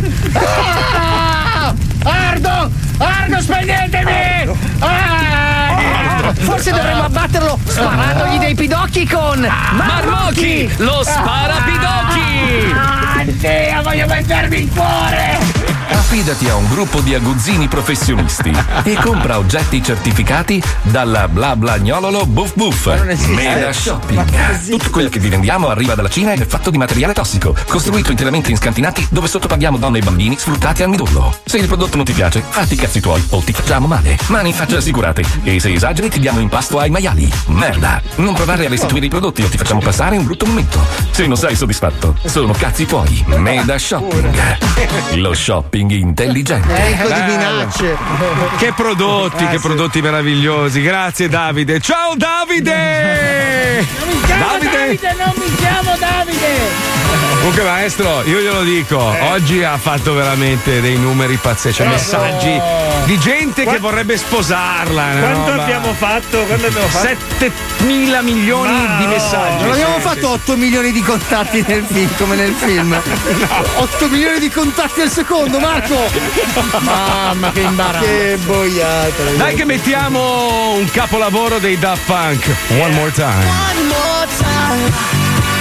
Ardo, spegnetemi! Forse dovremmo abbatterlo sparandogli dei pidocchi con Marmocchi, lo sparapidocchi! Dio, voglio mettermi in cuore! Affidati a un gruppo di aguzzini professionisti e compra oggetti certificati dalla Blablagnolo Buff Buff. Meda Shopping. Tutto quello che vi vendiamo arriva dalla Cina ed è fatto di materiale tossico, costruito interamente in scantinati dove sottopaghiamo donne e bambini sfruttati al midollo. Se il prodotto non ti piace, fatti i cazzi tuoi o ti facciamo male. Mani in faccia assicurate. E se esageri ti diamo in pasto ai maiali. Merda. Non provare a restituire i prodotti o ti facciamo passare un brutto momento. Se non sei soddisfatto, sono cazzi tuoi. Meda Shopping. Lo shopping intelligente. Di minacce. Che prodotti meravigliosi. Grazie Davide. Ciao Davide! Non mi chiamo Davide! Comunque maestro, io glielo dico, oggi ha fatto veramente dei numeri pazzeschi, cioè messaggi di gente che vorrebbe sposarla. Quanto abbiamo fatto? 7.000 milioni di messaggi. Non abbiamo fatto 8 milioni di contatti nel film, come nel film. 8 milioni di contatti al secondo, Marco! Mamma che imbarazzo! Che boiata! Dai che mettiamo un capolavoro dei Daft Punk. One more time. One more time.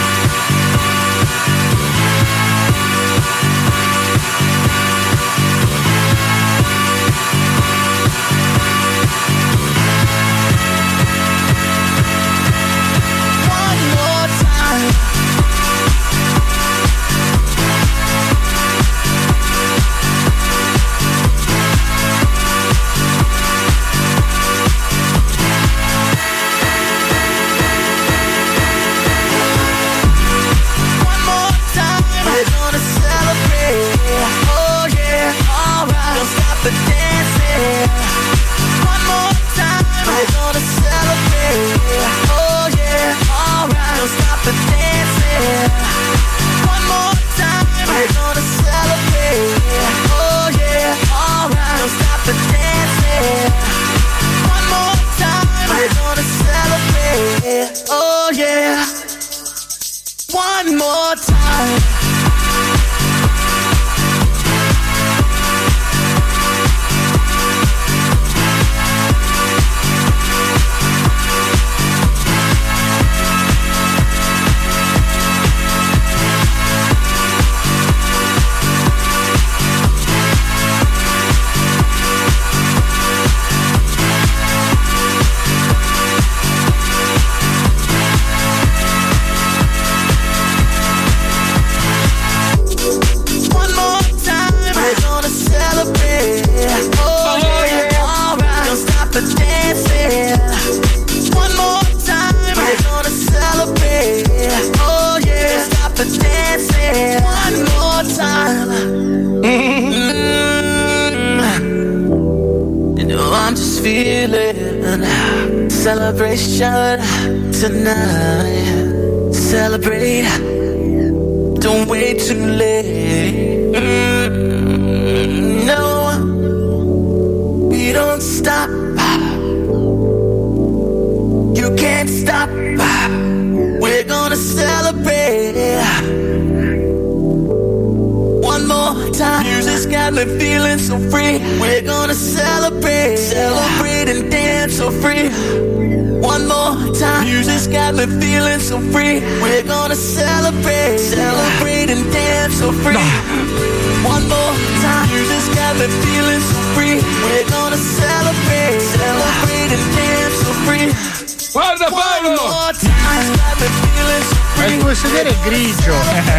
One more time. Celebration tonight. Celebrate. Don't wait too late. No, stop. You can't stop. We're gonna celebrate. One more time. Music's got me feeling so free. We're gonna celebrate. Celebrate and dance so free. One more time. Music's got me feeling so free. We're gonna celebrate. Celebrate and dance so free. One more time. Music's got me feeling so free. We're gonna celebrate. Celebrate and dance so free. Guarda Paolo! Il tuo sedere è grigio.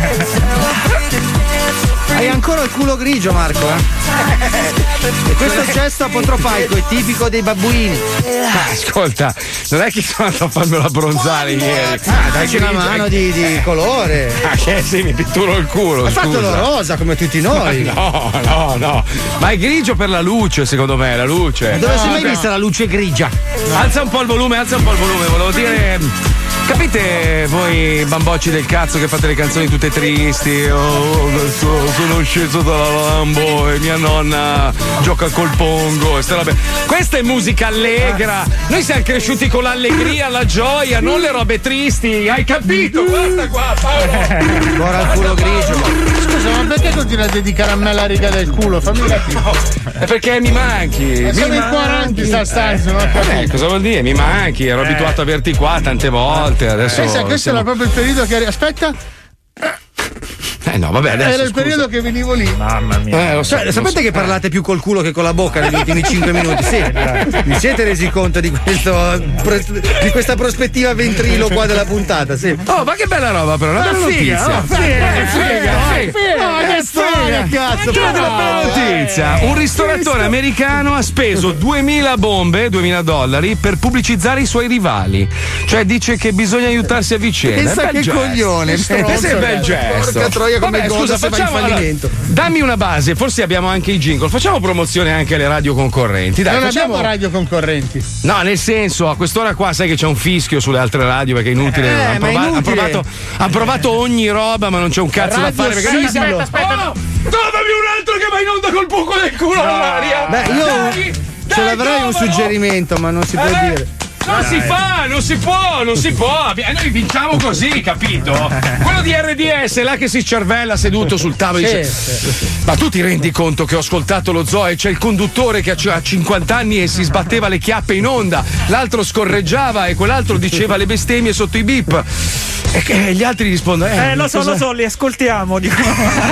Hai ancora il culo grigio, Marco, E questo gesto apotropaico è tipico dei babbuini. Ascolta, non è che sono andato a farmelo abbronzare ieri. Dacci una mano di colore. Sì, mi pitturo il culo. Hai fatto lo rosa come tutti noi. No. Ma è grigio per la luce, secondo me, la luce. Dove si è mai vista la luce grigia? Alza un po' il volume, volevo dire. Capite voi bambocci del cazzo che fate le canzoni tutte tristi? Sono sceso dalla Lambo e mia nonna gioca col pongo e robe. Questa è musica allegra. Noi siamo cresciuti con l'allegria, la gioia, non le robe tristi. Hai capito? Guarda qua, Paolo. Ancora il culo grigio. Scusa, ma perché continui a dedicare a me la riga del culo? Fammi capire. È perché mi manchi. Siamo in 40 sta stanza, no? Cosa vuol dire? Mi manchi, ero abituato a averti qua tante volte. Adesso questo era proprio il periodo che. Aspetta. No, vabbè, adesso. Era il periodo che venivo lì. Mamma mia. Lo so, sapete che parlate più col culo che con la bocca negli ultimi 5 minuti? Sì. Vi siete resi conto di questa prospettiva ventriloqua della puntata? Sì. Oh, ma che bella roba, però, una bella notizia. Che storia, cazzo. Bella notizia. Un ristoratore americano ha speso $2.000 per pubblicizzare i suoi rivali. Cioè dice che bisogna aiutarsi a vicenda. Pensa che coglione. Questo è un bel gesto. Porca troia, come scusa, facciamo dammi una base, forse abbiamo anche i jingle. Facciamo promozione anche alle radio concorrenti. Dai, non abbiamo radio concorrenti. No, nel senso, a quest'ora qua sai che c'è un fischio sulle altre radio perché è inutile. Ha provato ogni roba, ma non c'è un cazzo radio da fare. Aspetta. Trovami un altro che va in onda col buco del culo all'aria. Beh, io ce l'avrei un suggerimento, ma non si può dire. Non si può. Noi vinciamo così, capito? Quello di RDS, là che si cervella seduto sul tavolo dice: ma tu ti rendi conto che ho ascoltato lo zoo e c'è il conduttore che ha 50 anni e si sbatteva le chiappe in onda, l'altro scorreggiava e quell'altro diceva le bestemmie sotto i bip. E gli altri rispondono: lo so, li ascoltiamo. Dico.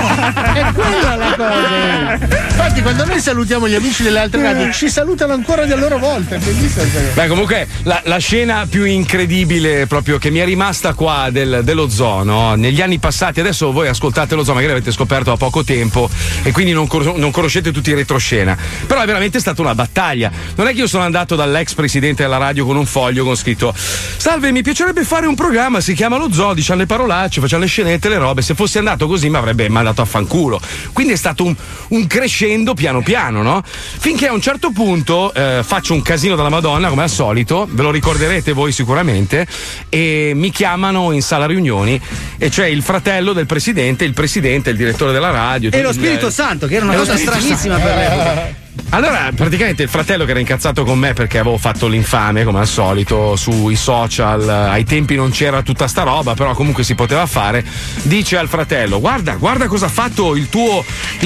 È quella la cosa. Infatti, quando noi salutiamo gli amici delle altre radio, ci salutano ancora delle loro volte. Beh, comunque, la scena più incredibile proprio che mi è rimasta qua dello zoo, no? Negli anni passati, adesso voi ascoltate lo zoo, magari avete scoperto da poco tempo e quindi non conoscete tutti i retroscena. Però è veramente stata una battaglia. Non è che io sono andato dall'ex presidente della radio con un foglio con scritto: salve, mi piacerebbe fare un programma, si chiama lo zoo, diciamo le parolacce, facciamo le scenette, le robe. Se fossi andato così mi avrebbe mandato a fanculo. Quindi è stato un crescendo piano piano, no? Finché a un certo punto faccio un casino della Madonna, come al solito, ve lo ricorderete voi sicuramente, e mi chiamano in sala riunioni e c'è il fratello del presidente, il direttore della radio e lo Spirito Santo, che era una cosa stranissima per l'epoca. Allora, praticamente il fratello che era incazzato con me perché avevo fatto l'infame, come al solito, sui social, ai tempi non c'era tutta sta roba, però comunque si poteva fare, dice al fratello: guarda cosa ha fatto il tuo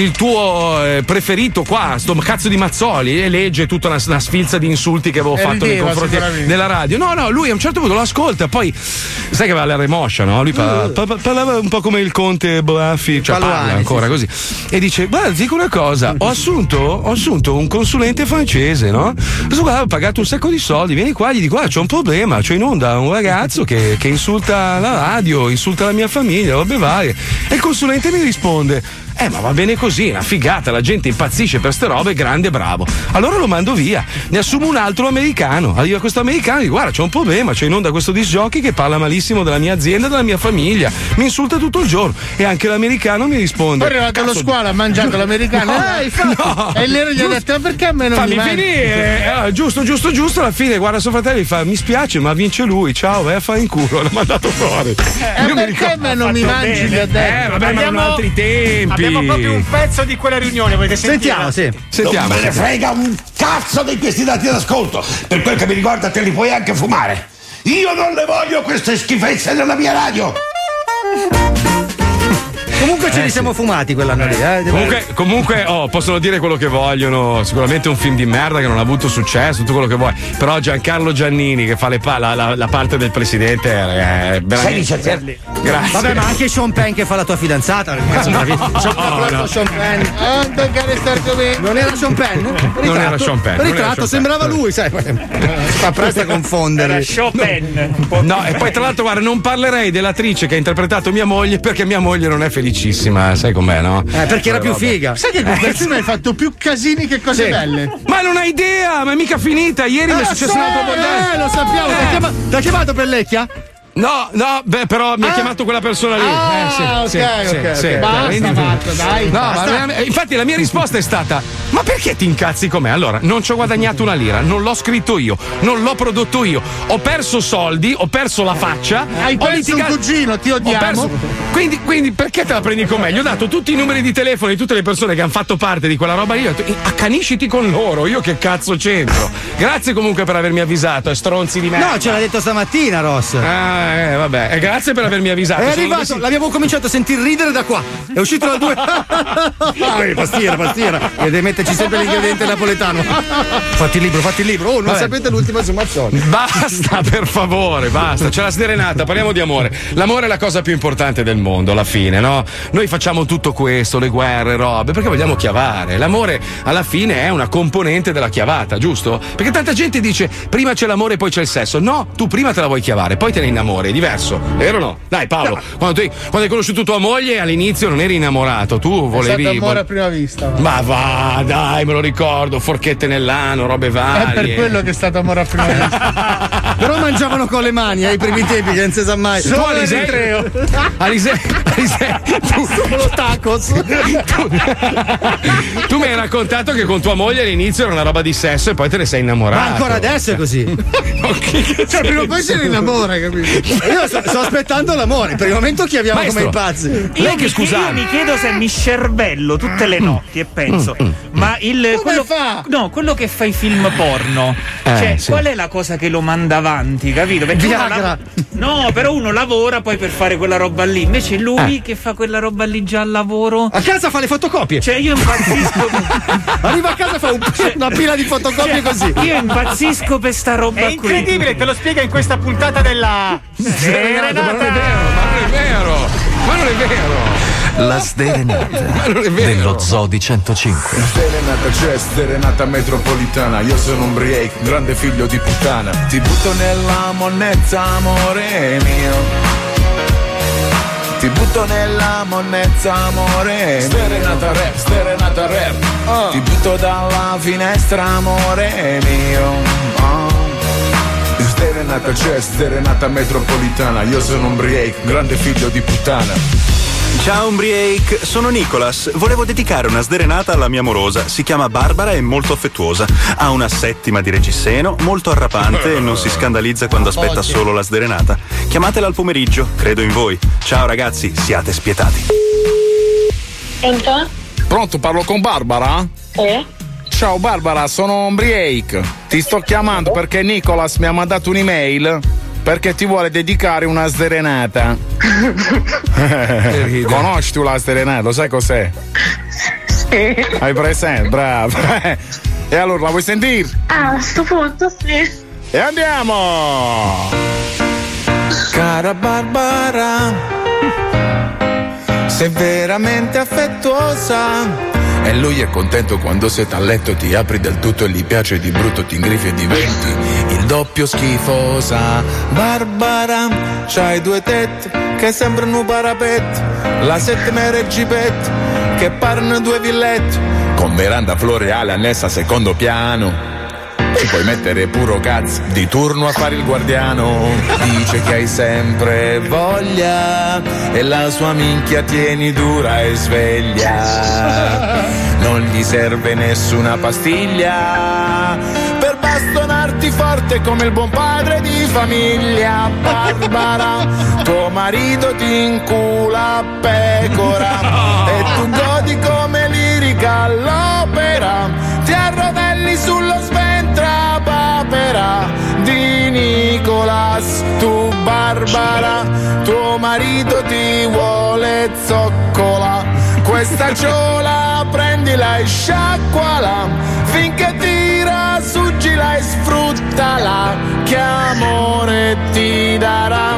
preferito qua, sto cazzo di Mazzoli, e legge tutta una sfilza di insulti che avevo fatto nei confronti della radio. No, lui a un certo punto lo ascolta, poi sai che aveva la remoscia, no? Lui parlava un po' come il conte Boaffi, cioè parla ancora così, e dice: guarda, dico una cosa, ho assunto un consulente francese, no? Questo qua ha pagato un sacco di soldi, vieni qua, gli dico: c'è un problema, c'ho in onda un ragazzo che insulta la radio, insulta la mia famiglia, robe varie. E il consulente mi risponde: ma va bene così, una figata, la gente impazzisce per ste robe, grande, bravo. Allora lo mando via, ne assumo un altro americano. Arriva questo americano e dico: guarda, c'è un problema, c'è in onda questo disc jockey che parla malissimo della mia azienda, della mia famiglia, mi insulta tutto il giorno. E anche l'americano mi risponde: poi è arrivato allo scuola, ha mangiato l'americano. E il nero gli ha detto: perché a me non mi finire? Giusto, alla fine guarda suo fratello e gli fa: mi spiace, ma vince lui, ciao, vai a fare in culo, l'ho mandato fuori. Perché a me non mi mangi? Gli ha detto. Vabbè, ma erano altri tempi. Abbiamo proprio un pezzo di quella riunione, volete sentire? Sentiamo. Non me ne frega un cazzo di questi dati d'ascolto. Per quel che mi riguarda te li puoi anche fumare. Io non le voglio queste schifezze nella mia radio. Comunque ce li siamo fumati quell'anno lì. Comunque possono dire quello che vogliono. Sicuramente è un film di merda che non ha avuto successo, tutto quello che vuoi. Però Giancarlo Giannini che fa la parte del presidente è veramente. Grazie. Vabbè, ma anche Sean Penn che fa la tua fidanzata. Sean Penn. Non era Sean Penn? Non era Sean Penn. Ritratto, sembrava lui, sai. Fa presto a confonderli. Era Chopin. No, e poi tra l'altro, guarda, non parlerei dell'attrice che ha interpretato mia moglie perché mia moglie non è felicissima, sai com'è, no? Perché era più figa. Sai che con quel film hai fatto più casini che cose belle? Ma non hai idea, ma è mica finita. Ieri mi è successo un altro bordello. Lo sappiamo. Ti ha chiamato Pellecchia? No, però mi ha chiamato quella persona lì. Ok. Basta, Marco, dai. No, infatti la mia risposta è stata: ma perché ti incazzi con me? Allora, non ci ho guadagnato una lira, non l'ho scritto io, non l'ho prodotto io, ho perso soldi, ho perso la faccia. Hai perso un cugino, ti odiamo. Quindi perché te la prendi con me? Gli ho dato tutti i numeri di telefono di tutte le persone che hanno fatto parte di quella roba lì. Ho detto, accanisciti con loro, io che cazzo c'entro? Grazie comunque per avermi avvisato, stronzi di merda. No, ce l'ha detto stamattina, Ross. Vabbè, grazie per avermi avvisato. È arrivato, l'abbiamo cominciato a sentir ridere da qua. È uscito da 2. Pastiera. E devi metterci sempre l'ingrediente napoletano. Fatti il libro. Oh, non sapete l'ultima sommazione. Basta, per favore, basta. C'è la sdrenata, parliamo di amore. L'amore è la cosa più importante del mondo, alla fine, no? Noi facciamo tutto questo, le guerre, robe, perché vogliamo chiavare. L'amore, alla fine, è una componente della chiavata, giusto? Perché tanta gente dice, prima c'è l'amore e poi c'è il sesso. No, tu prima te la vuoi chiavare, poi te ne innamori, è diverso. Vero o no? Dai Paolo, quando hai conosciuto tua moglie all'inizio non eri innamorato, tu volevi. È stato amore a prima vista. Ma va, dai, me lo ricordo, forchette nell'ano, robe varie. È per quello che è stato amore a prima vista. Però mangiavano con le mani ai primi tempi, che non si sa mai. Solo Alisei, solo tacos. Tu mi hai raccontato che con tua moglie all'inizio era una roba di sesso e poi te ne sei innamorato. Ma ancora adesso è così. Cioè, prima o poi se ne innamora, capito? Io sto aspettando l'amore, per il momento chiamiamo come i pazzi. Io mi chiedo se mi scervello tutte le notti e penso, ma quello che fa i film porno, qual è la cosa che lo manda avanti, capito? Perché no, però uno lavora poi per fare quella roba lì, invece lui che fa quella roba lì già al lavoro. A casa fa le fotocopie. Cioè io impazzisco. Arriva a casa e fa una pila di fotocopie così. Io impazzisco per sta roba qui. È incredibile, te lo spiega in questa puntata della Sdrenata. Ma non è vero. La sdrenata dello Zoo di 105. Sdrenata c'è, sdrenata metropolitana. Io sono un break, grande figlio di puttana. Ti butto nella monnezza, amore mio. Ti butto nella monnezza, amore mio. Sdrenata rap. Ti butto dalla finestra, amore mio. Sdrenata c'è, sdrenata metropolitana. Io sono un break, grande figlio di puttana. Ciao Umbriake, sono Nicolas. Volevo dedicare una sdrenata alla mia amorosa. Si chiama Barbara e molto affettuosa. Ha una settima di reggiseno, molto arrapante e non si scandalizza quando aspetta solo la sdrenata. Chiamatela al pomeriggio, credo in voi. Ciao ragazzi, siate spietati. Pronto? Pronto, parlo con Barbara? Ciao Barbara, sono Umbriake. Ti sto chiamando perché Nicolas mi ha mandato un'email perché ti vuole dedicare una sdrenata. Conosci tu la sdrenata? Lo sai cos'è? Sì. Hai presente? Bravo. E allora la vuoi sentire? A sto punto sì. E andiamo! Cara Barbara, sei veramente affettuosa. E lui è contento quando siete a letto, ti apri del tutto e gli piace, di brutto ti ingrifi e diventi il doppio schifosa. Barbara, c'hai due tette che sembrano un parapet, la settima è Reggipet che parlano due villette, con veranda floreale annessa secondo piano. Ci puoi mettere puro cazzo di turno a fare il guardiano. Dice che hai sempre voglia e la sua minchia tieni dura e sveglia. Non gli serve nessuna pastiglia per bastonarti forte come il buon padre di famiglia. Barbara, tuo marito ti incula pecora e tu godi come lirica all'opera, ti arrovelli sullo sventra papera di Nicolas. Tu Barbara, tuo marito ti vuole zoccola, questa ciola prendila e sciacquala, finché tira suggila e sfruttala, che amore ti darà.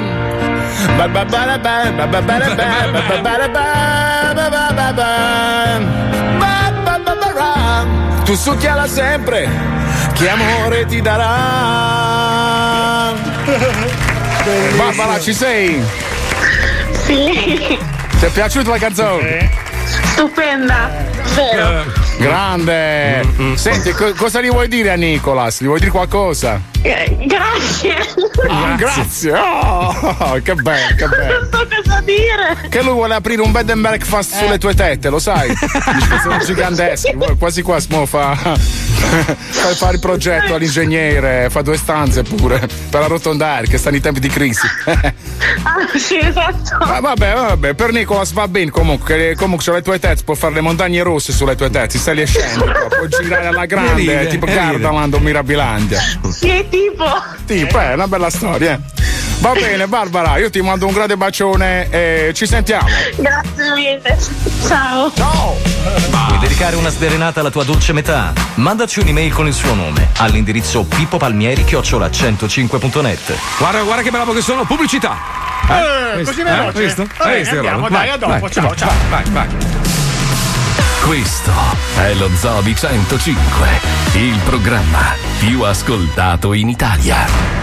Tu succhiala sempre, che amore ti darà. Barbara, ci sei? Sì. Ti è piaciuta la canzone? Stupenda, vero? Grande. Senti, cosa gli vuoi dire a Nicolas? Gli vuoi dire qualcosa? Grazie. Grazie. Oh, che bello, che bello. Non so cosa dire. Che lui vuole aprire un bed and breakfast sulle tue tette, lo sai? Sono giganteschi. Quasi qua fa fare il progetto all'ingegnere, fa 2 stanze pure per arrotondare, che stanno i tempi di crisi. Sì, esatto. Vabbè, per Nicolas va bene comunque sulle tue tette, può fare le montagne rosse sulle tue tette, stai scendendo, può girare alla grande, tipo Gardaland o Mirabilandia. Sì, tipo, è una bella storia. Va bene, Barbara, io ti mando un grande bacione e ci sentiamo. Grazie mille. Ciao. Vuoi dedicare una sderenata alla tua dolce metà? Mandaci un'email con il suo nome all'indirizzo pippopalmieri@105.net. Guarda che bravo che sono, pubblicità. Così veloce. Visto? Andiamo, dai, a dopo. Ciao. Vai. Questo è lo Zobi 105, il programma più ascoltato in Italia.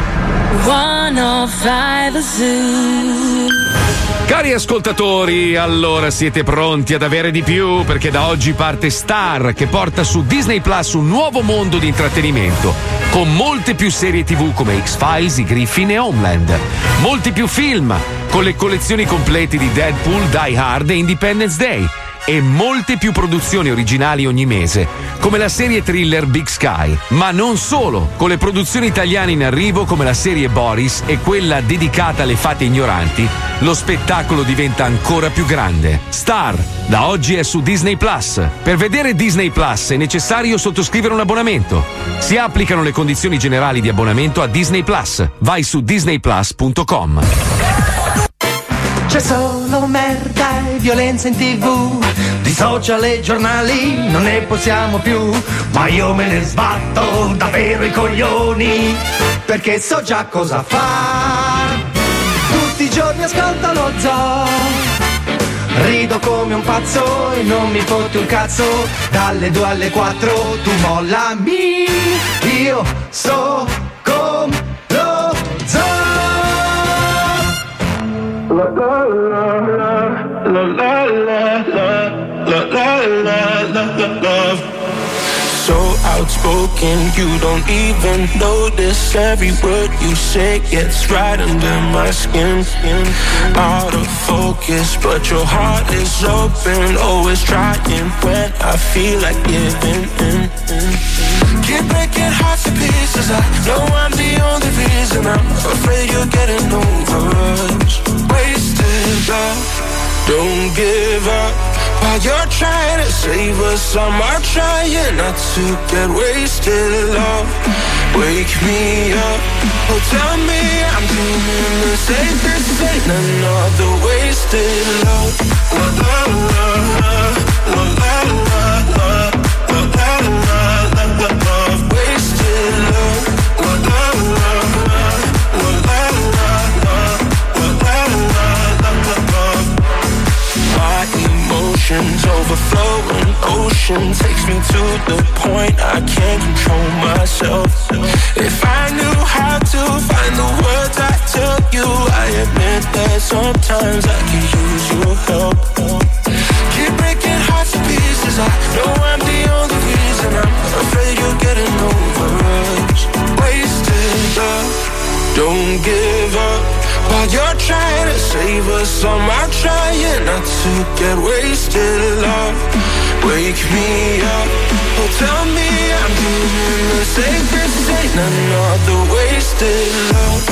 105 Zoo. Cari ascoltatori, allora siete pronti ad avere di più? Perché da oggi parte Star, che porta su Disney Plus un nuovo mondo di intrattenimento, con molte più serie TV come X-Files, I Griffin e Homeland, molti più film, con le collezioni complete di Deadpool, Die Hard e Independence Day, e molte più produzioni originali ogni mese, come la serie thriller Big Sky. Ma non solo, con le produzioni italiane in arrivo come la serie Boris e quella dedicata alle fate ignoranti, lo spettacolo diventa ancora più grande. Star, da oggi è su Disney Plus. Per vedere Disney Plus è necessario sottoscrivere un abbonamento. Si applicano le condizioni generali di abbonamento a Disney Plus. Vai su disneyplus.com. C'è solo merda e violenza in TV, di social e giornali non ne possiamo più, ma io me ne sbatto davvero i coglioni, perché so già cosa far. Tutti i giorni ascolto lo Zoo, rido come un pazzo e non mi fotte un cazzo, dalle 2 alle 4 tu mollami, io so con lo Zoo. La la la la la la la la. So outspoken, you don't even notice. Every word you say gets right under my skin. Out of focus, but your heart is open. Always trying when I feel like giving in. Keep breaking hearts to pieces. I know I'm the only reason. I'm afraid you're getting over us. Wasted love, don't give up. While you're trying to save us, I'm trying not to get wasted. Love, wake me up. Oh, tell me I'm doing the safest. Ain't another wasted love. La la la la la la la la la la la. Wasted love. La la la la la la la la la. My emotions overflowing, ocean takes me to the point I can't control myself. If I knew how to find the words I tell you, I admit that sometimes I could use your help. Keep breaking hearts to pieces. I know I'm the only reason. I'm afraid you're getting over us. Wasted love, don't give up. While you're trying to save us, I'm trying not to get wasted. Love, wake me up. Oh, tell me I'm doing the safest. Ain't Another wasted love.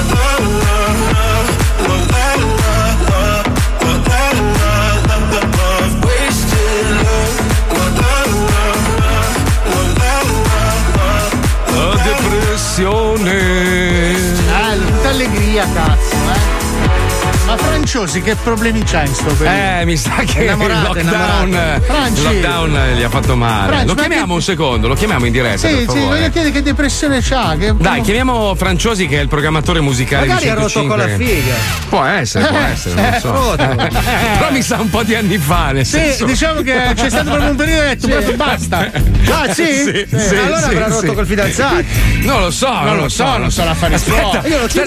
Tutta allegria, cazzo, Ma Franciosi che problemi c'ha in sto periodo? Mi sa che il lockdown gli ha fatto male. Lo chiamiamo un secondo, lo chiamiamo in diretta. Sì, voglio chiedere che depressione c'ha. Dai, chiamiamo Franciosi che è il programmatore musicale. Magari ha rotto con la figa. Può essere, non so. Però mi sa un po' di anni fa. Diciamo che c'è stato proprio un periodo e ho detto proprio basta. Ah, sì? Allora avrà rotto col fidanzato. Non lo so, non so l'affare. Aspetta, che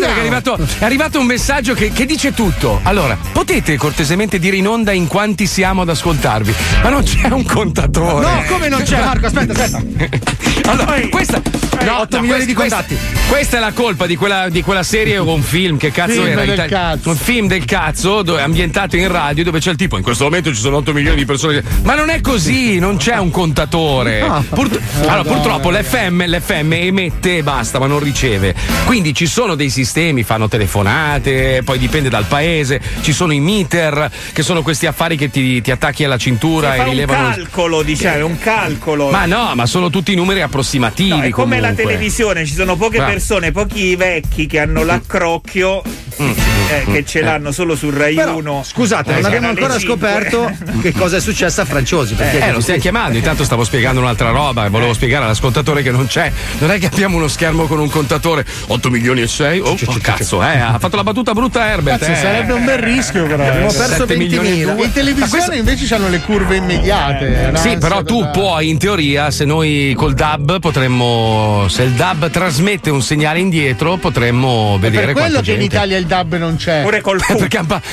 è arrivato un messaggio che dice tutto. Allora, potete cortesemente dire in onda in quanti siamo ad ascoltarvi? Ma non c'è un contatore. No, come non c'è, Marco? Aspetta. Allora, questa. 8 milioni di contatti. Questa è la colpa di quella serie o un film, che cazzo era? Un film del cazzo ambientato in radio dove c'è il tipo. In questo momento ci sono 8 milioni di persone. Ma non è così, non c'è un contatore. Purtroppo l'FM emette e basta, ma non riceve. Quindi ci sono dei sistemi, fanno telefonate, poi dipende dal paese. Ci sono i meter, che sono questi affari che ti attacchi alla cintura e rilevano. Un calcolo. Ma no, ma sono tutti numeri approssimativi. No, è come la televisione, ci sono poche persone, pochi vecchi che hanno l'accrocchio che ce l'hanno solo sul Rai 1. Scusate, non abbiamo ancora scoperto che cosa è successo a Franciosi. Lo stiamo chiamando, intanto stavo spiegando un'altra roba, volevo spiegare all'ascoltatore che non c'è. Non è che abbiamo uno schermo con un contatore 8 milioni e 6. Oh, cazzo, ha fatto la battuta brutta Herbert. Sarebbe un bel rischio, però. Abbiamo perso 20.000. In televisione invece hanno le curve immediate. Sì, però tu puoi, in teoria, se noi col DAB potremmo, se il DAB trasmette un segnale indietro, potremmo vedere per quello che gente. In Italia il DAB non c'è. Pure col perché hanno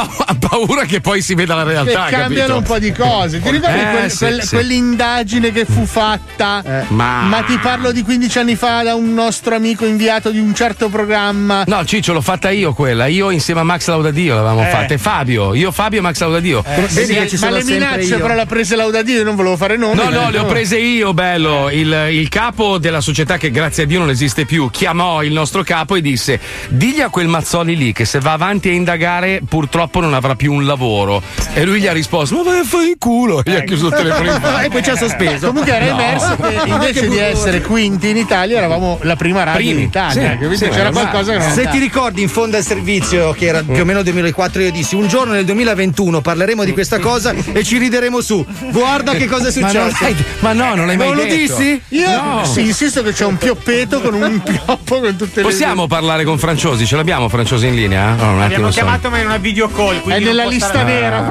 paura che poi si veda la realtà. Che cambiano un po' di cose. Ti ricordi quell'indagine che fu fatta? Ma ti parlo di 15 anni fa da un nostro amico inviato di un certo programma. No, Ciccio, l'ho fatta io quella. Io insieme a Max Laudadio l'avevamo fatta. E Fabio. Fabio e Max Laudadio. Ma le minacce però l'ha prese Laudadio, io non volevo fare nomi. No, le ho prese io, bello. Il capo della società, che grazie a Dio non esiste più, chiamò il nostro capo e disse: digli a quel Mazzoli lì che se va avanti a indagare purtroppo non avrà più un lavoro. E lui gli ha risposto: ma vai a fare il culo. E gli ha chiuso il telefono in faccia. E poi ci ha sospeso. Comunque era emerso che invece di essere quinti in Italia eravamo la prima radio in Italia. C'era qualcosa che non se ti ricordi in fondo al servizio, che era più o meno 2004, io dissi: un giorno nel 2021 parleremo di questa cosa e ci rideremo su. Guarda che cosa è successo. Ma no, non l'hai mai detto. Non lo dissi? Io sì, insisto che c'è un pioppeto con un pioppo con tutte le. Possiamo parlare con Franciosi? Ce l'abbiamo Franciosi in linea? Abbiamo chiamato ma in una video call. È nella lista nera.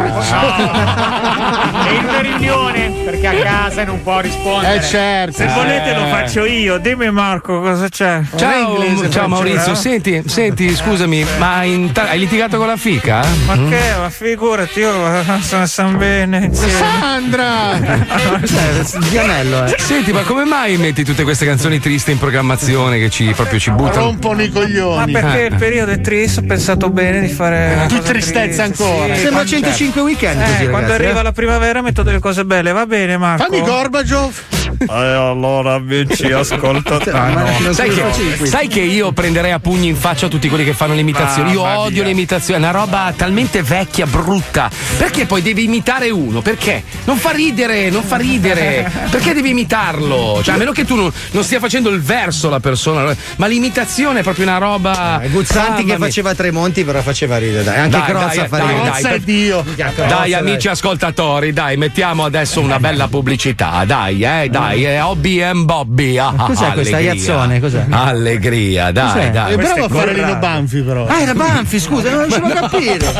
È in una riunione perché a casa non può rispondere. Certo. Se volete lo faccio io. Dimmi Marco cosa c'è. Ciao Maurizio. Senti, scusami, ma hai litigato con la fica? Ma che? Ma figurati, io sto bene. Sandra! Senti, ma come mai metti tutte queste canzoni tristi in programmazione che ci buttano? Rompono i coglioni. Ma perché il periodo è triste, ho pensato bene di fare. Più tristezza ancora. Sembra 105 weekend così, quando arriva la primavera metto delle cose belle, va bene Marco? Fammi Gorbaciov. Allora amici, ascolta. Sai che io prenderei a pugni in faccia tutti quelli che fanno le imitazioni. Io odio le imitazioni, è una roba talmente vecchia, brutta. Perché poi devi imitare uno? Perché? Non fa ridere. Perché devi imitarlo? Cioè, a meno che tu non stia facendo il verso la persona, ma l'imitazione è proprio una roba. Guzzanti che faceva Tremonti, però faceva ridere. Dai, anche Crozza fa ridere. Dai, amici ascoltatori, dai, mettiamo adesso una bella pubblicità. Dai, OBM Bobby. Cos'è questa iazzone? Cos'è? Allegria, dai. Bravo a fare Lino Banfi, però. Era Banfi, scusa, non riuscivo a capire.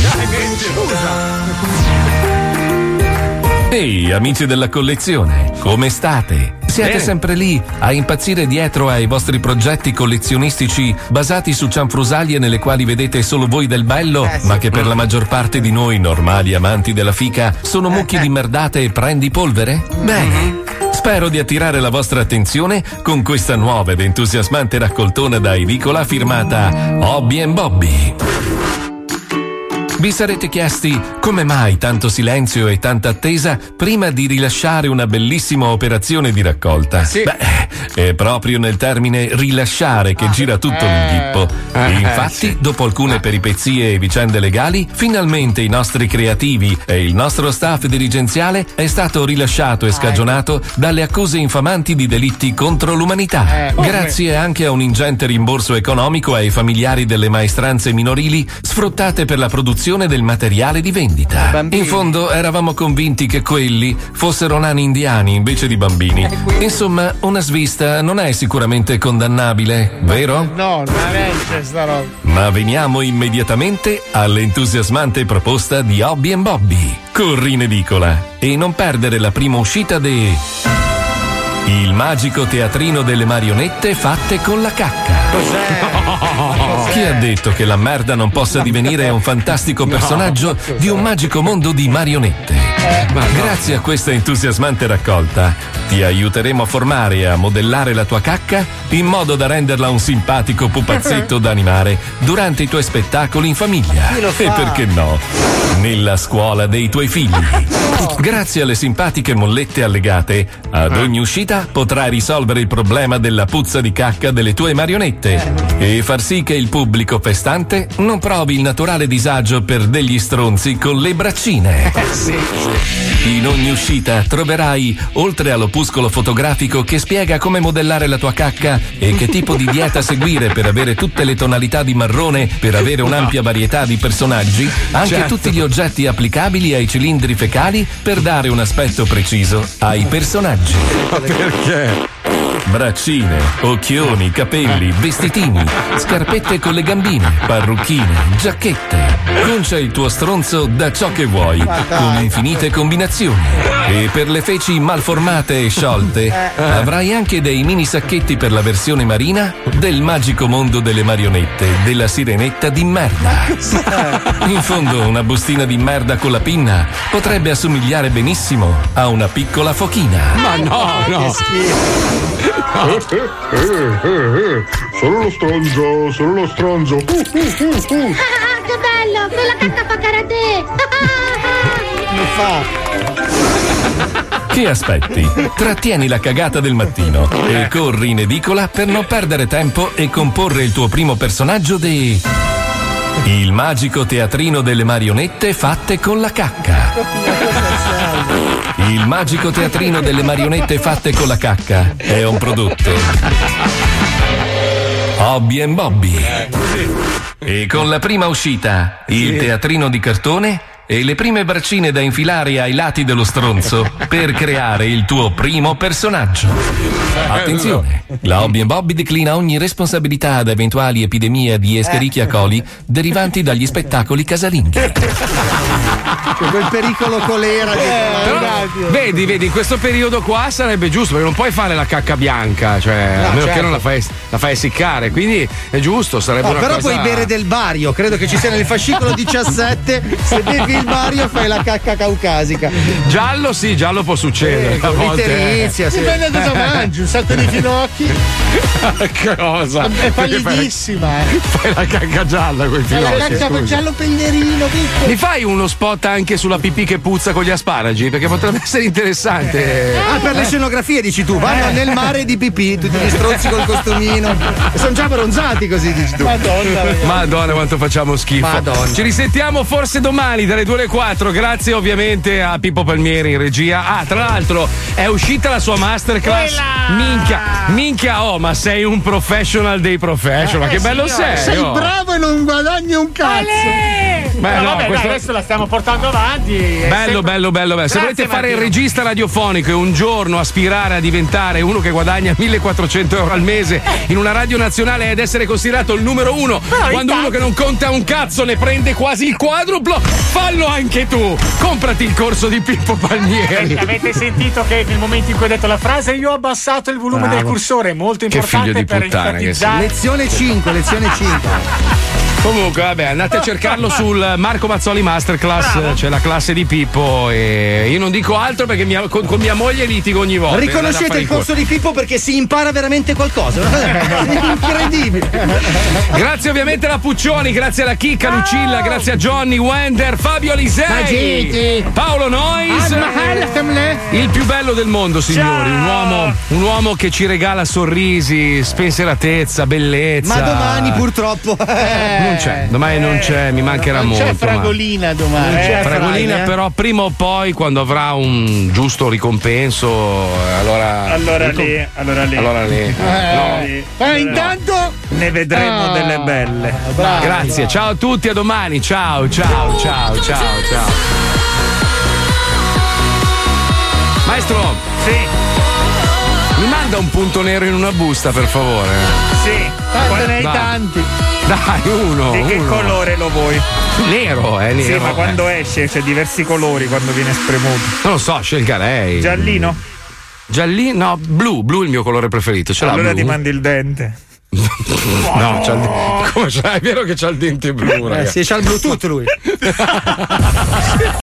Ehi, amici della collezione, come state? Siete sempre lì a impazzire dietro ai vostri progetti collezionistici basati su cianfrusaglie nelle quali vedete solo voi del bello, ma che per la maggior parte di noi normali amanti della fica sono mucchi di merdate e prendipolvere? Bene. Spero di attirare la vostra attenzione con questa nuova ed entusiasmante raccoltona da edicola firmata Hobby & Bobby. Vi sarete chiesti come mai tanto silenzio e tanta attesa prima di rilasciare una bellissima operazione di raccolta? Sì. Beh, È proprio nel termine rilasciare che gira tutto l'inghippo. Infatti, dopo alcune peripezie e vicende legali, finalmente i nostri creativi e il nostro staff dirigenziale è stato rilasciato e scagionato dalle accuse infamanti di delitti contro l'umanità. Grazie anche a un ingente rimborso economico ai familiari delle maestranze minorili sfruttate per la produzione del materiale di vendita. In fondo eravamo convinti che quelli fossero nani indiani invece di bambini. Insomma, una svista non è sicuramente condannabile, vero? No, non è sta roba. Ma veniamo immediatamente all'entusiasmante proposta di Hobby & Bobby. Corri in edicola e non perdere la prima uscita di Il magico teatrino delle marionette fatte con la cacca. Cos'è? Chi ha detto che la merda non possa divenire un fantastico personaggio di un magico mondo di marionette? Grazie a questa entusiasmante raccolta ti aiuteremo a formare e a modellare la tua cacca in modo da renderla un simpatico pupazzetto da animare durante i tuoi spettacoli in famiglia. Chi lo fa? E perché no? Nella scuola dei tuoi figli. Grazie alle simpatiche mollette allegate, ad ogni uscita potrai risolvere il problema della puzza di cacca delle tue marionette e far sì che il pubblico festante non provi il naturale disagio per degli stronzi con le braccine. In ogni uscita troverai, oltre all'opuscolo fotografico che spiega come modellare la tua cacca e che tipo di dieta seguire per avere tutte le tonalità di marrone per avere un'ampia varietà di personaggi, anche tutti gli oggetti applicabili ai cilindri fecali per dare un aspetto preciso ai personaggi. Ma perché? Braccine, occhioni, capelli, vestitini, scarpette con le gambine, parrucchine, giacchette. Concia il tuo stronzo da ciò che vuoi, con infinite combinazioni. E per le feci malformate e sciolte, avrai anche dei mini sacchetti per la versione marina del magico mondo delle marionette della sirenetta di merda. In fondo, una bustina di merda con la pinna potrebbe assomigliare benissimo a una piccola fochina. Ma no! Sono lo stronzo, sono lo stronzo. Ah, che bello! Quella cacca fa karate! Che aspetti? Trattieni la cagata del mattino e corri in edicola per non perdere tempo e comporre il tuo primo personaggio di Il magico teatrino delle marionette fatte con la cacca. Il magico teatrino delle marionette fatte con la cacca è un prodotto Hobby & Bobby. E con la prima uscita, il teatrino di cartone e le prime braccine da infilare ai lati dello stronzo per creare il tuo primo personaggio. Attenzione, la Hobby & Bobby declina ogni responsabilità da eventuali epidemie di Escherichia coli derivanti dagli spettacoli casalinghi. C'è quel pericolo colera vedi, in questo periodo qua sarebbe giusto, perché non puoi fare la cacca bianca, cioè a meno che non la fai essiccare, quindi è giusto, sarebbe una però cosa. puoi bere del bario, credo che ci sia nel fascicolo 17, se bevi il bario fai la cacca caucasica. Giallo sì, giallo può succedere a volte. Dipende da cosa mangi, un sacco di finocchi. Cosa? È pallidissima. Fai la cacca gialla con i finocchi. La cacca giallo pellerino piccolo. Mi fai uno spot anche sulla pipì che puzza con gli asparagi? Perché potrebbe essere interessante. Per le scenografie dici tu, vanno nel mare di pipì, tutti gli stronzi col costumino. Sono già bronzati così, dici tu. Madonna quanto facciamo schifo. Madonna. Ci risentiamo forse domani dalle 2 alle 4. Grazie ovviamente a Pippo Palmieri in regia. Tra l'altro è uscita la sua masterclass. Minchia, ma sei un professional dei professional. Che bello sei. Sei bravo e non guadagni un cazzo. Adesso la stiamo portando avanti. Bello. Se volete fare il regista radiofonico e un giorno aspirare a diventare uno che guadagna 1.400 euro al mese in una radio nazionale ed essere considerato il numero uno, quando uno che non conta un cazzo ne prende quasi il quadruplo, fallo anche tu. Comprati il corso di Pippo Palmieri. Avete sentito che nel momento in cui ho detto la frase io ho abbassato il volume del cursore, molto importante per enfatizzare. Lezione 5. Comunque, vabbè, andate a cercarlo sul Marco Mazzoli Masterclass. Bravo. C'è la classe di Pippo. E io non dico altro perché con mia moglie litigo ogni volta. Riconoscete il corso di Pippo perché si impara veramente qualcosa. Incredibile. Grazie ovviamente alla Puccioni, grazie alla Chicca, Lucilla, grazie a Johnny, Wender, Fabio Lisei, Paolo Nois. Il più bello del mondo, signori. Un uomo che ci regala sorrisi, spensieratezza, bellezza. Ma domani purtroppo non c'è, domani non c'è, mi mancherà molto. Non c'è Fragolina domani. Fragolina, però prima o poi, quando avrà un giusto ricompenso, allora lì. Intanto ne vedremo delle belle. Grazie, ciao a tutti, a domani. Ciao. Maestro, sì. Mi manda un punto nero in una busta, per favore. Sì, ne hai tanti. Dai, uno. Di che colore lo vuoi? Nero, nero. Sì, ma quando esce c'è diversi colori quando viene spremuto. Non lo so, scelga lei. Giallino? No, blu è il mio colore preferito. Allora ti mandi il dente. No, come è vero che c'ha il dente blu, ragazzi. Sì, c'ha il Bluetooth lui.